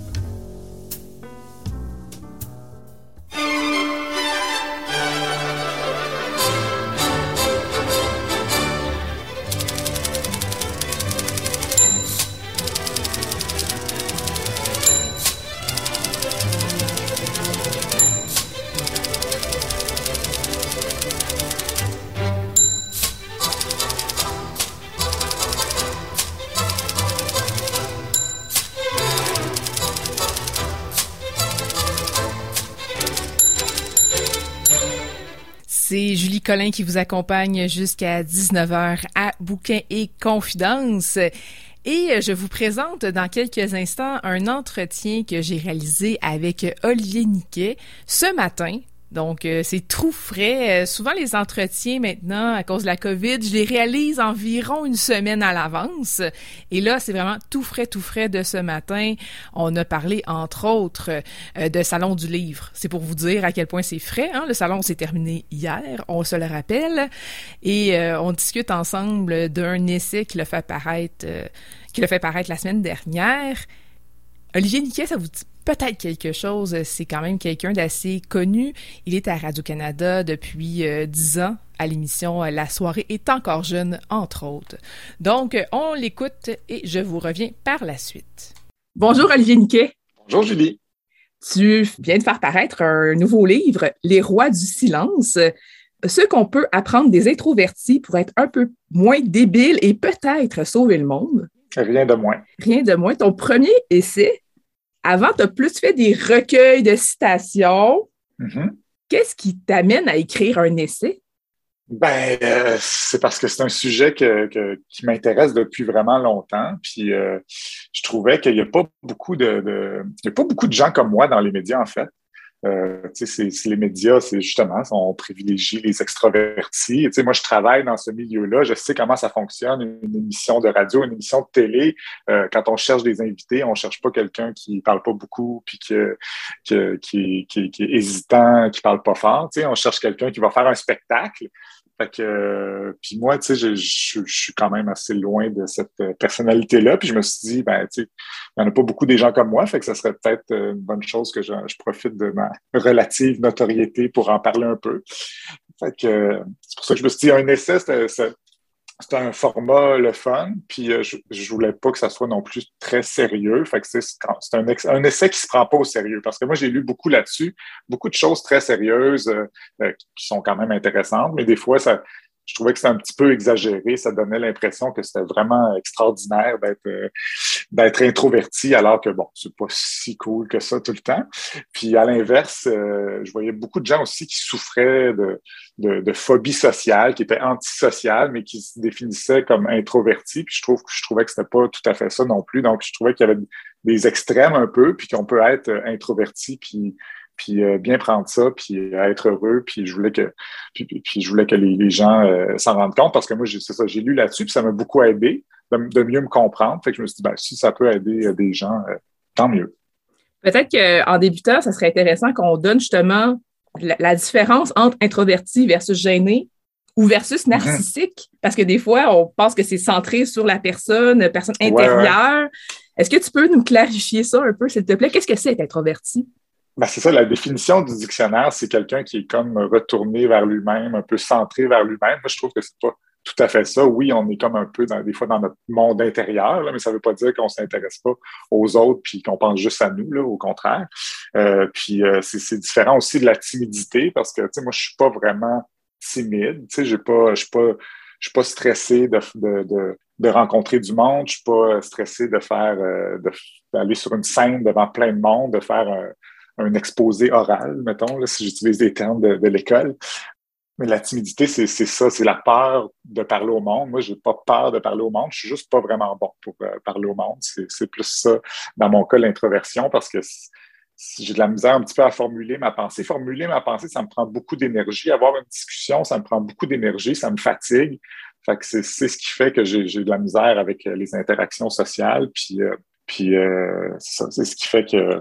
C'est Julie Collin qui vous accompagne jusqu'à dix-neuf heures à Bouquins et Confidences. Et je vous présente dans quelques instants un entretien que j'ai réalisé avec Olivier Niquet ce matin. Donc, euh, c'est tout frais. Euh, souvent, les entretiens, maintenant, à cause de la COVID, je les réalise environ une semaine à l'avance. Et là, c'est vraiment tout frais, tout frais de ce matin. On a parlé, entre autres, euh, de Salon du Livre. C'est pour vous dire à quel point c'est frais. Hein? Le salon s'est terminé hier, on se le rappelle. Et euh, on discute ensemble d'un essai qui l'a fait paraître, euh, qui l'a fait paraître la semaine dernière. Olivier Niquet, ça vous dit peut-être quelque chose, c'est quand même quelqu'un d'assez connu. Il est à Radio-Canada depuis euh, dix ans à l'émission La soirée est encore jeune, entre autres. Donc, on l'écoute et je vous reviens par la suite. Bonjour Olivier Niquet. Bonjour Julie. Tu viens de faire paraître un nouveau livre, Les rois du silence. Ce qu'on peut apprendre des introvertis pour être un peu moins débile et peut-être sauver le monde. Rien de moins. Rien de moins. Ton premier essai avant, tu as plus fait des recueils de citations. Mm-hmm. Qu'est-ce qui t'amène à écrire un essai? Ben, euh, c'est parce que c'est un sujet que, que, qui m'intéresse depuis vraiment longtemps. Puis, euh, je trouvais qu'il n'y a pas beaucoup de, de, il y a pas beaucoup de gens comme moi dans les médias, en fait. Euh, tu sais, c'est, c'est les médias, c'est justement, on privilégie les extravertis. Tu sais, moi, je travaille dans ce milieu-là, je sais comment ça fonctionne, une émission de radio, une émission de télé. Euh, quand on cherche des invités, on cherche pas quelqu'un qui parle pas beaucoup, puis que, que, qui, qui, qui est hésitant, qui parle pas fort. Tu sais, on cherche quelqu'un qui va faire un spectacle. Fait que, euh, puis moi, tu sais, je, je, je suis quand même assez loin de cette personnalité-là. Puis je me suis dit, ben, tu sais, il n'y en a pas beaucoup des gens comme moi, fait que ça serait peut-être une bonne chose que je, je profite de ma relative notoriété pour en parler un peu. Fait que, c'est pour ça que je me suis dit, un essai, c'est, c'est, c'est un format le fun, puis euh, je, je voulais pas que ça soit non plus très sérieux. Fait que c'est, c'est un, ex, un essai qui se prend pas au sérieux, parce que moi, j'ai lu beaucoup là-dessus, beaucoup de choses très sérieuses euh, euh, qui sont quand même intéressantes, mais des fois, ça, je trouvais que c'était un petit peu exagéré. Ça donnait l'impression que c'était vraiment extraordinaire d'être euh, d'être introverti, alors que, bon, c'est pas si cool que ça tout le temps. Puis, à l'inverse, euh, je voyais beaucoup de gens aussi qui souffraient de, de, de phobie sociale, qui étaient antisociales, mais qui se définissaient comme introvertis. Puis, je trouve je trouvais que c'était pas tout à fait ça non plus. Donc, je trouvais qu'il y avait des extrêmes un peu, puis qu'on peut être introverti, puis puis euh, bien prendre ça, puis euh, être heureux, puis je voulais que puis, puis je voulais que les, les gens euh, s'en rendent compte, parce que moi, j'ai, c'est ça, j'ai lu là-dessus, puis ça m'a beaucoup aidé de, de mieux me comprendre. Fait que je me suis dit, ben, si ça peut aider euh, des gens, euh, tant mieux. Peut-être qu'en débutant, ça serait intéressant qu'on donne justement la, la différence entre introverti versus gêné ou versus narcissique, mm-hmm. parce que des fois, on pense que c'est centré sur la personne, personne intérieure. Ouais, ouais. Est-ce que tu peux nous clarifier ça un peu, s'il te plaît? Qu'est-ce que c'est être introverti? Ben, c'est ça, la définition du dictionnaire, c'est quelqu'un qui est comme retourné vers lui-même, un peu centré vers lui-même. Moi, je trouve que c'est pas tout à fait ça. Oui, on est comme un peu, dans, des fois, dans notre monde intérieur, là, mais ça veut pas dire qu'on s'intéresse pas aux autres puis qu'on pense juste à nous, là, au contraire. Euh, puis euh, c'est, c'est différent aussi de la timidité, parce que, tu sais, moi, je suis pas vraiment timide. Tu sais, j'ai pas, je suis pas, je suis pas stressé de, de, de, de rencontrer du monde. Je suis pas stressé de faire, euh, de, d'aller sur une scène devant plein de monde, de faire un un exposé oral, mettons, là, si j'utilise des termes de, de l'école. Mais la timidité, c'est, c'est ça, c'est la peur de parler au monde. Moi, j'ai pas peur de parler au monde, je suis juste pas vraiment bon pour euh, parler au monde. C'est, c'est plus ça, dans mon cas, l'introversion, parce que j'ai de la misère un petit peu à formuler ma pensée. Formuler ma pensée, ça me prend beaucoup d'énergie. Avoir une discussion, ça me prend beaucoup d'énergie, ça me fatigue. Fait que c'est, c'est ce qui fait que j'ai, j'ai de la misère avec les interactions sociales. Puis, euh, puis euh, c'est ça, c'est ce qui fait que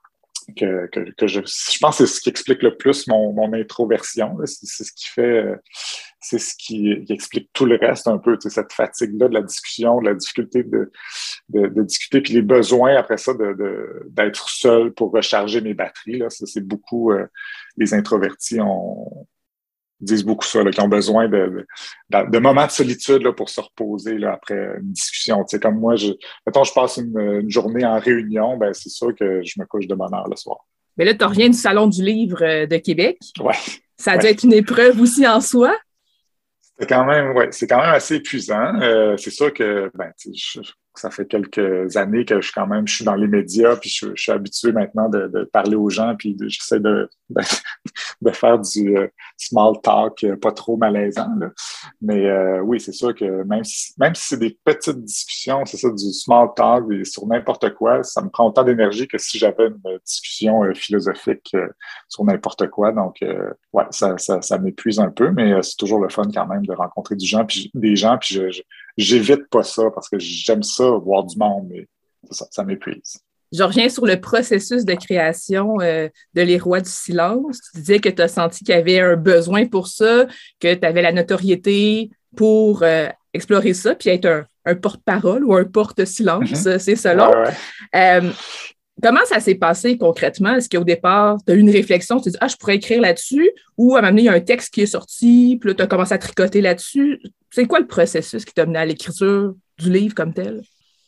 Que, que, que je, je pense que c'est ce qui explique le plus mon, mon introversion. Là. C'est, c'est ce qui fait, c'est ce qui, qui explique tout le reste un peu, tu sais, cette fatigue-là de la discussion, de la difficulté de, de, de discuter, puis les besoins après ça de, de, d'être seul pour recharger mes batteries. Là. Ça, c'est beaucoup, euh, les introvertis ont, disent beaucoup ça, là, qui ont besoin de, de, de moments de solitude là, pour se reposer là, après une discussion. Tu sais, comme moi, je, mettons, je passe une, une journée en réunion, ben c'est sûr que je me couche de bonne heure le soir. Mais là, tu reviens du Salon du livre de Québec. Ouais. Ça a ouais. dû être une épreuve aussi en soi. C'est quand même, ouais, c'est quand même assez épuisant. Euh, c'est sûr que, ben, tu sais, je, ça fait quelques années que je quand même, je suis dans les médias, puis je, je suis habitué maintenant de, de parler aux gens, puis de, j'essaie de, de, de faire du euh, small talk euh, pas trop malaisant, là. Mais euh, oui, c'est sûr que même si, même si c'est des petites discussions, c'est ça, du small talk et sur n'importe quoi, ça me prend autant d'énergie que si j'avais une discussion euh, philosophique euh, sur n'importe quoi. Donc, euh, ouais, ça, ça, ça m'épuise un peu, mais euh, c'est toujours le fun quand même de rencontrer du gens, puis des gens, puis je, je j'évite pas ça parce que j'aime ça, voir du monde, mais ça, ça m'épuise. Je reviens sur le processus de création euh, de Les Rois du Silence. Tu disais que tu as senti qu'il y avait un besoin pour ça, que tu avais la notoriété pour euh, explorer ça, puis être un, un porte-parole ou un porte-silence, mm-hmm. c'est selon. Ouais, ouais. Euh, comment ça s'est passé concrètement? Est-ce qu'au départ, tu as eu une réflexion, tu t'es dit « Ah, je pourrais écrire là-dessus » ou à un moment donné, il y a un texte qui est sorti, puis là, tu as commencé à tricoter là-dessus. C'est quoi le processus qui t'a mené à l'écriture du livre comme tel?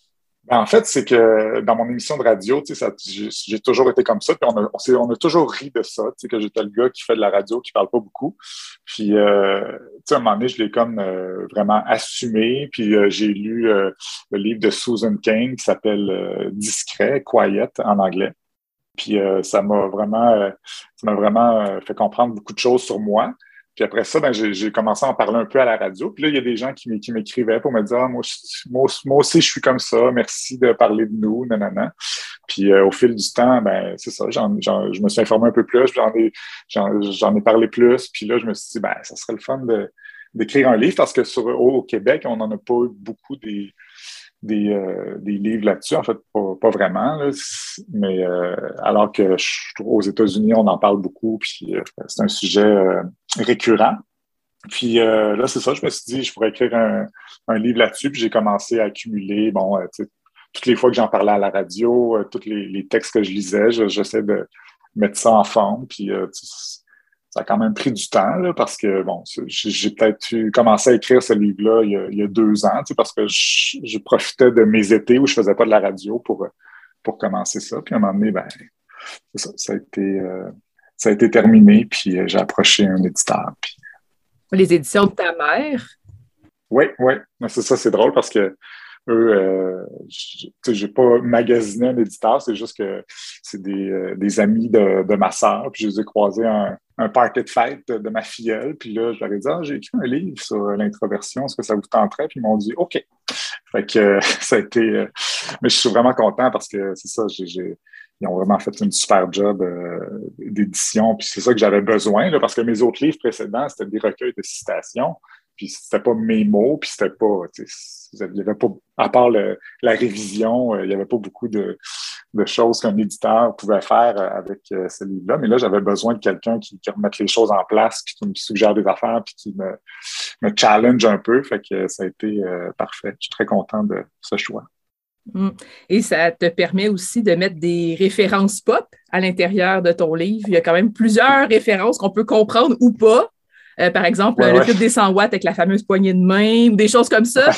Ben, en fait, c'est que dans mon émission de radio, tu sais, ça, j'ai, j'ai toujours été comme ça. Puis on a, on, s'est, on a toujours ri de ça, tu sais, que j'étais le gars qui fait de la radio, qui parle pas beaucoup. Puis, euh, tu sais, à un moment donné, je l'ai comme euh, vraiment assumé. Puis, euh, j'ai lu euh, le livre de Susan Cain qui s'appelle euh, Discret, Quiet en anglais. Puis, euh, ça m'a vraiment, euh, ça m'a vraiment euh, fait comprendre beaucoup de choses sur moi. Puis après ça, ben, j'ai, j'ai commencé à en parler un peu à la radio. Puis là, il y a des gens qui, qui m'écrivaient pour me dire ah, moi, moi, moi aussi, je suis comme ça. Merci de parler de nous, nanana. Puis euh, au fil du temps, ben c'est ça. J'en, j'en, je me suis informé un peu plus. J'en ai, j'en, j'en ai parlé plus. Puis là, je me suis dit ben ça serait le fun de, d'écrire un livre parce que sur au Québec, on n'en a pas eu beaucoup des des, euh, des livres là-dessus. En fait, pas, pas vraiment. Là. Mais euh, alors que je, aux États-Unis, on en parle beaucoup. Puis euh, c'est un sujet euh, récurrent. Puis euh, là, c'est ça, je me suis dit, je pourrais écrire un, un livre là-dessus. Puis j'ai commencé à accumuler, bon, euh, tu sais, toutes les fois que j'en parlais à la radio, euh, tous les, les textes que je lisais, je, j'essaie de mettre ça en forme. Puis euh, tu sais, ça a quand même pris du temps, là, parce que, bon, j'ai, j'ai peut-être eu, commencé à écrire ce livre-là il y a, il y a deux ans, tu sais, parce que je, je profitais de mes étés où je faisais pas de la radio pour, pour commencer ça. Puis à un moment donné, ben, c'est ça, ça a été, euh, ça a été terminé, puis euh, j'ai approché un éditeur. Puis... Les éditions de ta mère? Oui, oui. Mais c'est ça, c'est drôle parce que eux, euh, je n'ai pas magasiné un éditeur, c'est juste que c'est des, euh, des amis de, de ma sœur, puis je les ai croisés à un, un party de fête de, de ma filleule, puis là, je leur ai dit « Ah, j'ai écrit un livre sur l'introversion, est-ce que ça vous tenterait? » Puis ils m'ont dit « OK ». Fait que euh, ça a été... Euh, mais je suis vraiment content parce que c'est ça, j'ai, j'ai, ils ont vraiment fait une super job euh, d'édition, puis c'est ça que j'avais besoin, là, parce que mes autres livres précédents, c'était des recueils de citations, puis c'était pas mes mots, puis c'était pas... Il y avait pas, à part le, la révision, euh, il y avait pas beaucoup de, de choses qu'un éditeur pouvait faire avec euh, ce livre-là. Mais là, j'avais besoin de quelqu'un qui, qui remette les choses en place, puis qui me suggère des affaires, puis qui me, me challenge un peu. Fait que ça a été euh, parfait. Je suis très content de ce choix. Et ça te permet aussi de mettre des références pop à l'intérieur de ton livre. Il y a quand même plusieurs références qu'on peut comprendre ou pas. Euh, par exemple, ouais, le ouais. clip des cent watts avec la fameuse poignée de main ou des choses comme ça.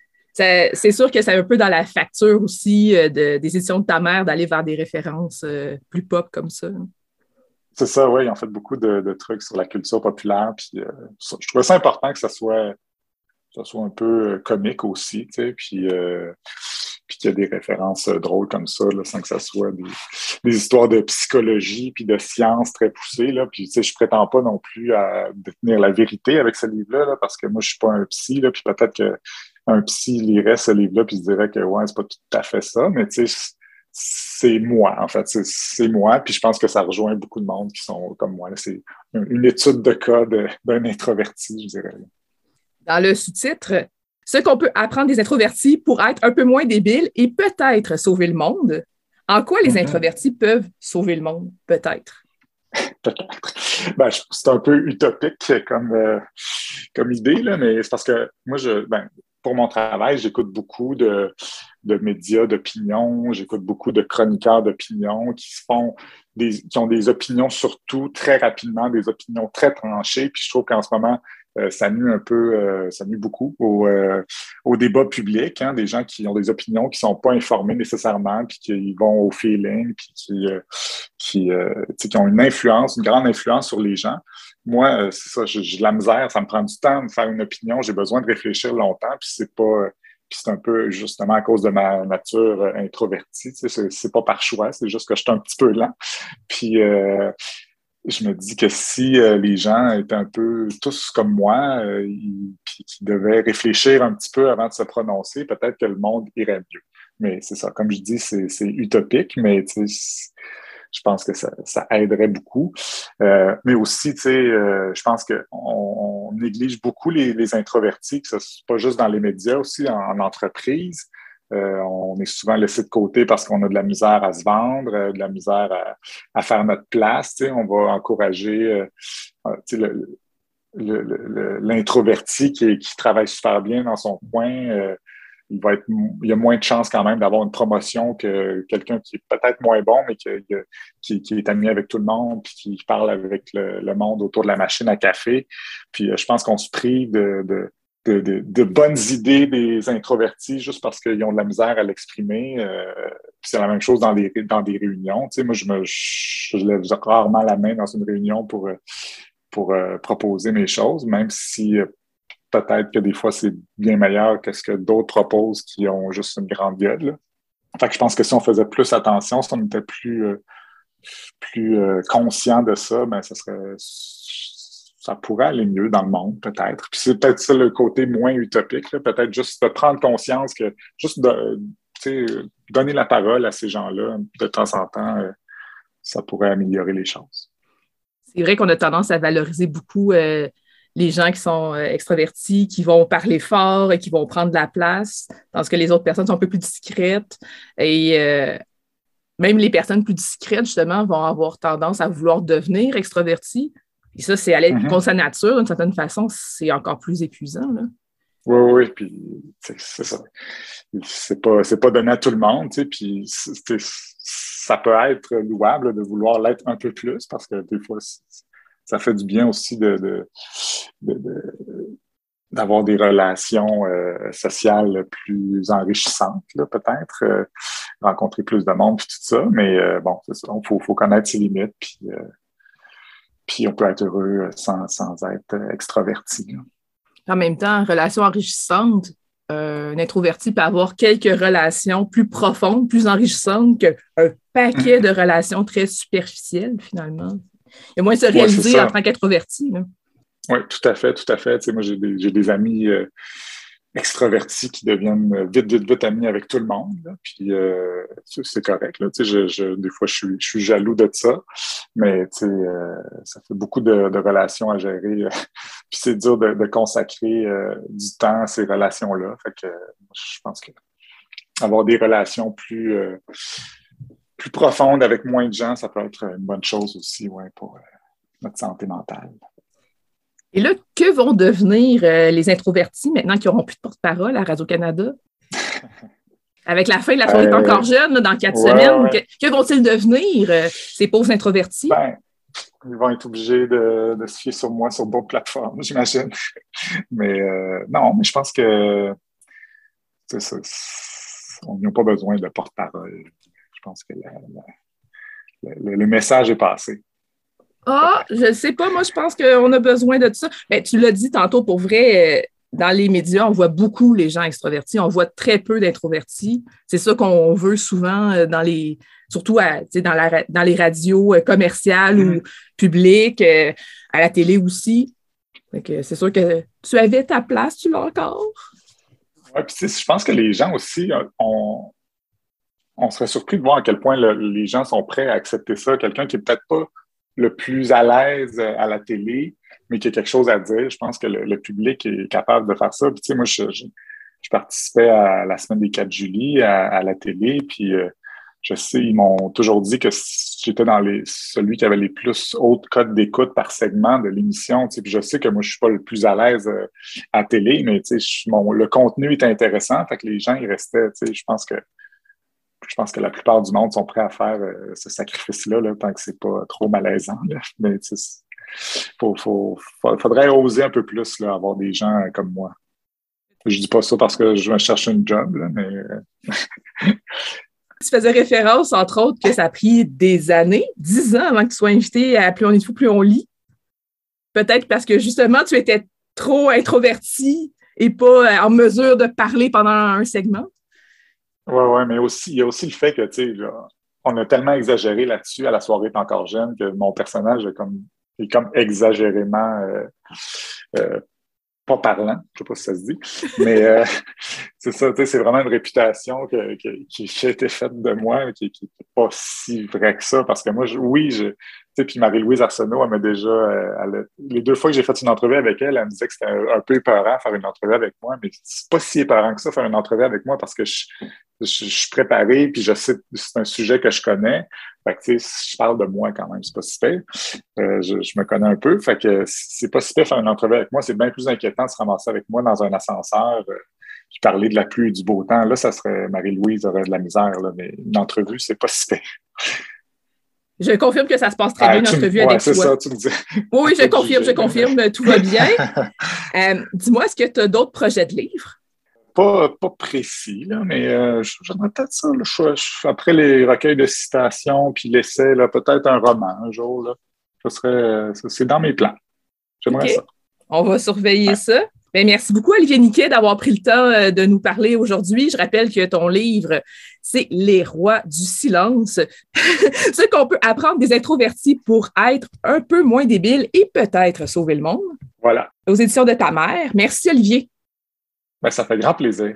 Ça, c'est sûr que c'est un peu dans la facture aussi euh, de, des éditions de ta mère d'aller vers des références euh, plus pop comme ça. C'est ça, oui. Ils ont fait beaucoup de, de trucs sur la culture populaire. Puis, euh, je trouvais ça important que ça soit, ça soit un peu comique aussi, tu sais, puis, euh, puis qu'il y ait des références drôles comme ça, là, sans que ça soit des, des histoires de psychologie puis de science très poussées. Là. Puis, tu sais, je prétends pas non plus à détenir la vérité avec ce livre-là, là, parce que moi, je suis pas un psy, là, puis peut-être que un psy lirait ce livre-là puis se dirait que ouais, c'est pas tout à fait ça, mais tu sais, c'est moi, en fait. C'est, c'est moi, puis je pense que ça rejoint beaucoup de monde qui sont comme moi. Là. C'est une étude de cas de, d'un introverti, je dirais. Dans le sous-titre, ce qu'on peut apprendre des introvertis pour être un peu moins débiles et peut-être sauver le monde. En quoi les mm-hmm. introvertis peuvent sauver le monde? Peut-être. Peut-être. Ben, c'est un peu utopique comme, euh, comme idée, là, mais c'est parce que moi, je, ben, pour mon travail, j'écoute beaucoup de, de médias d'opinion, j'écoute beaucoup de chroniqueurs d'opinion qui se font des, qui ont des opinions sur tout très rapidement, des opinions très tranchées. Puis je trouve qu'en ce moment, euh, ça nuit un peu, euh, ça nuit beaucoup au, euh, au débat public, hein, des gens qui ont des opinions qui sont pas informés nécessairement, puis qui vont au feeling, puis qui, euh, qui, euh, qui ont une influence, une grande influence sur les gens. Moi, euh, c'est ça, j'ai, j'ai de la misère, ça me prend du temps de me faire une opinion, j'ai besoin de réfléchir longtemps, puis c'est pas, puis c'est un peu justement à cause de ma nature euh, introvertie, tu sais, c'est, c'est pas par choix, c'est juste que je suis un petit peu lent. Puis euh, je me dis que si euh, les gens étaient un peu tous comme moi, euh, ils, puis qu'ils devaient réfléchir un petit peu avant de se prononcer, peut-être que le monde irait mieux. Mais c'est ça, comme je dis, c'est, c'est utopique, mais tu sais, je pense que ça, ça aiderait beaucoup. Euh, mais aussi, tu sais, euh, je pense qu'on on néglige beaucoup les, les introvertis, que ce soit pas juste dans les médias, aussi en, en entreprise. Euh, on est souvent laissé de côté parce qu'on a de la misère à se vendre, euh, de la misère à, à faire notre place. Tu sais, on va encourager euh, tu sais, le, le, le, l'introverti qui, qui travaille super bien dans son coin. Euh, Il, va être, il y a moins de chances quand même d'avoir une promotion que quelqu'un qui est peut-être moins bon, mais qui, qui, qui est ami avec tout le monde, puis qui parle avec le, le monde autour de la machine à café. Puis je pense qu'on se prive de, de, de, de, de bonnes idées des introvertis juste parce qu'ils ont de la misère à l'exprimer. Euh, c'est la même chose dans, les, dans des réunions. Tu sais, moi, je me je, je lève rarement la main dans une réunion pour, pour euh, proposer mes choses, même si euh, peut-être que des fois, c'est bien meilleur que ce que d'autres proposent qui ont juste une grande gueule. Là. Fait que je pense que si on faisait plus attention, si on était plus, euh, plus euh, conscient de ça, ben ça serait ça pourrait aller mieux dans le monde, peut-être. Puis c'est peut-être ça le côté moins utopique, là. Peut-être juste de prendre conscience que juste de tu sais, donner la parole à ces gens-là de temps en temps, euh, ça pourrait améliorer les choses. C'est vrai qu'on a tendance à valoriser beaucoup euh, les gens qui sont euh, extravertis, qui vont parler fort et qui vont prendre de la place, tandis que les autres personnes sont un peu plus discrètes. Et euh, même les personnes plus discrètes, justement, vont avoir tendance à vouloir devenir extravertis. Et ça, c'est aller mm-hmm. contre sa nature, d'une certaine façon, c'est encore plus épuisant, là. Oui, oui, puis c'est ça. C'est pas, c'est pas donné à tout le monde, tu sais, puis c'est, ça peut être louable de vouloir l'être un peu plus parce que des fois, ça fait du bien aussi de, de, de, de d'avoir des relations euh, sociales plus enrichissantes, là, peut-être, euh, rencontrer plus de monde, puis tout ça, mais euh, bon, c'est ça, il faut, faut connaître ses limites, puis, euh, puis on peut être heureux sans, sans être extraverti, là. En même temps, relation enrichissante, euh, un introverti peut avoir quelques relations plus profondes, plus enrichissantes qu'un paquet de relations très superficielles, finalement. Il y a moins de se réaliser ouais, en tant qu'introverti, là. Oui, tout à fait, tout à fait. Tu sais, moi, j'ai des, j'ai des amis euh, extravertis qui deviennent vite, vite, vite amis avec tout le monde. Là. Puis euh, c'est correct. Là. Tu sais, je, je, des fois, je suis, je suis jaloux de ça. Mais tu sais, euh, ça fait beaucoup de, de relations à gérer. Euh, puis c'est dur de, de consacrer euh, du temps à ces relations-là. Fait que je pense que avoir des relations plus, euh, plus profondes avec moins de gens, ça peut être une bonne chose aussi, ouais, pour euh, notre santé mentale. Et là, que vont devenir euh, les introvertis maintenant qu'ils n'auront plus de porte-parole à Radio-Canada? Avec la fin de la soirée euh, encore jeune, là, dans quatre ouais, semaines, ouais. Que, que vont-ils devenir, euh, ces pauvres introvertis? Ben, ils vont être obligés de, de se fier sur moi sur d'autres plateformes, j'imagine. Mais euh, non, mais je pense que c'est ça, c'est, on n'a pas besoin de porte-parole. Je pense que la, la, le, le message est passé. Ah, je ne sais pas. Moi, je pense qu'on a besoin de tout ça. Ben, tu l'as dit tantôt, pour vrai, euh, dans les médias, on voit beaucoup les gens extravertis. On voit très peu d'introvertis. C'est ça qu'on veut souvent euh, dans les, surtout à, dans, la, dans les radios euh, commerciales mm-hmm. ou publiques, euh, à la télé aussi. Donc, euh, c'est sûr que tu avais ta place, tu l'as encore. Oui, puis je pense que les gens aussi, on, on serait surpris de voir à quel point le, les gens sont prêts à accepter ça. Quelqu'un qui n'est peut-être pas le plus à l'aise à la télé, mais qui a quelque chose à dire. Je pense que le, le public est capable de faire ça. Puis, tu sais, moi, je, je, je participais à la semaine des quatre juillet à, à la télé, puis euh, je sais, ils m'ont toujours dit que j'étais dans les celui qui avait les plus hautes cotes d'écoute par segment de l'émission. Tu sais, puis je sais que moi, je suis pas le plus à l'aise euh, à la télé, mais tu sais, je, mon, le contenu est intéressant, fait que les gens, ils restaient, tu sais, je pense que Je pense que la plupart du monde sont prêts à faire euh, ce sacrifice-là, là, tant que c'est pas trop malaisant. Là. Mais il faut, faut, faudrait oser un peu plus, là, avoir des gens comme moi. Je dis pas ça parce que je vais chercher une job, là, mais... Tu faisais référence, entre autres, que ça a pris des années, dix ans avant que tu sois invité à Plus on est fou, plus on lit. Peut-être parce que, justement, tu étais trop introverti et pas en mesure de parler pendant un segment. Oui, oui, mais aussi, il y a aussi le fait que, tu sais, là, on a tellement exagéré là-dessus à la soirée est encore jeune que mon personnage est comme, est comme exagérément euh, euh, pas parlant, je sais pas si ça se dit, mais euh, c'est ça, tu sais, c'est vraiment une réputation que, que, qui a été faite de moi, qui n'est pas si vrai que ça, parce que moi, je, oui, je, tu sais, puis Marie-Louise Arsenault, elle m'a déjà, euh, elle a, les deux fois que j'ai fait une entrevue avec elle, elle me disait que c'était un, un peu épeurant faire une entrevue avec moi, mais c'est pas si épeurant que ça faire une entrevue avec moi parce que je, je, je suis préparé, puis je sais que c'est un sujet que je connais. Fait que, tu sais, si je parle de moi quand même, c'est pas si pire. Euh, je, je me connais un peu. Fait que c'est pas si pire faire une entrevue avec moi. C'est bien plus inquiétant de se ramasser avec moi dans un ascenseur euh, puis parler de la pluie et du beau temps. Là, ça serait Marie-Louise aurait de la misère, là, mais une entrevue, c'est pas si pire. Je confirme que ça se passe très Ah, bien, tu- l'entrevue ouais, avec c'est toi. ça, tu me dis. Oui, oui, je Pas de confirme, je juger. confirme, tout va bien. Euh, dis-moi, est-ce que tu as d'autres projets de livres? Pas, pas précis, là, mais euh, j'aimerais peut-être ça. Là, je, je- après les recueils de citations puis l'essai, là, peut-être un roman un jour. Là. Ce serait, euh, c'est dans mes plans. J'aimerais OK. ça. On va surveiller Ouais. ça. Bien, merci beaucoup, Olivier Niquet, d'avoir pris le temps euh, de nous parler aujourd'hui. Je rappelle que ton livre, c'est Les Rois du silence. Ce qu'on peut apprendre des introvertis pour être un peu moins débiles et peut-être sauver le monde. Voilà. Aux éditions de ta mère. Merci, Olivier. Ben, ça fait grand plaisir.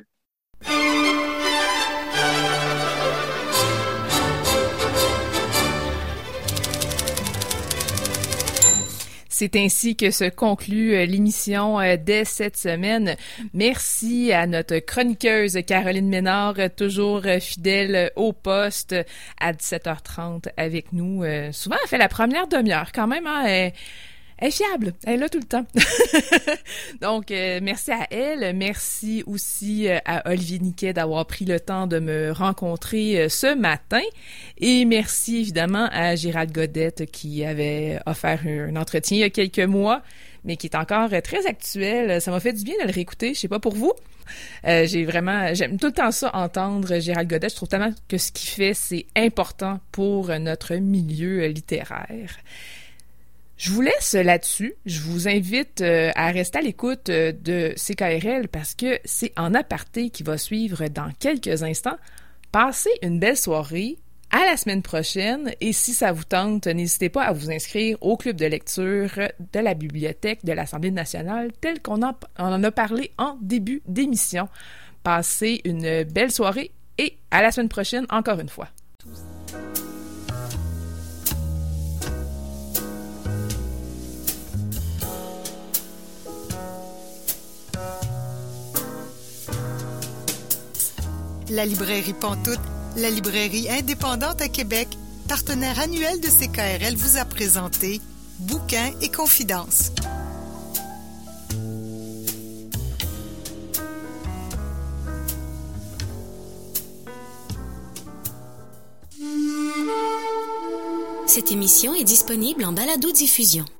C'est ainsi que se conclut euh, l'émission euh, dès cette semaine. Merci à notre chroniqueuse Caroline Ménard, euh, toujours euh, fidèle euh, au poste à dix-sept heures trente avec nous. Euh, souvent, elle fait la première demi-heure quand même. Hein, elle, elle est fiable. Elle est là tout le temps. Donc, euh, merci à elle. Merci aussi euh, à Olivier Niquet d'avoir pris le temps de me rencontrer euh, ce matin. Et merci évidemment à Gérald Godette qui avait offert un entretien il y a quelques mois, mais qui est encore euh, très actuel. Ça m'a fait du bien de le réécouter. Je sais pas pour vous. Euh, j'ai vraiment, j'aime tout le temps ça, entendre Gérald Godette. Je trouve tellement que ce qu'il fait, c'est important pour notre milieu littéraire. Je vous laisse là-dessus. Je vous invite euh, à rester à l'écoute euh, de C K R L parce que c'est en aparté qui va suivre dans quelques instants. Passez une belle soirée. À la semaine prochaine. Et si ça vous tente, n'hésitez pas à vous inscrire au club de lecture de la Bibliothèque de l'Assemblée nationale tel qu'on en, on en a parlé en début d'émission. Passez une belle soirée et à la semaine prochaine encore une fois. La librairie Pantoute, la librairie indépendante à Québec, partenaire annuel de C K R L, vous a présenté Bouquins et confidences. Cette émission est disponible en balado-diffusion.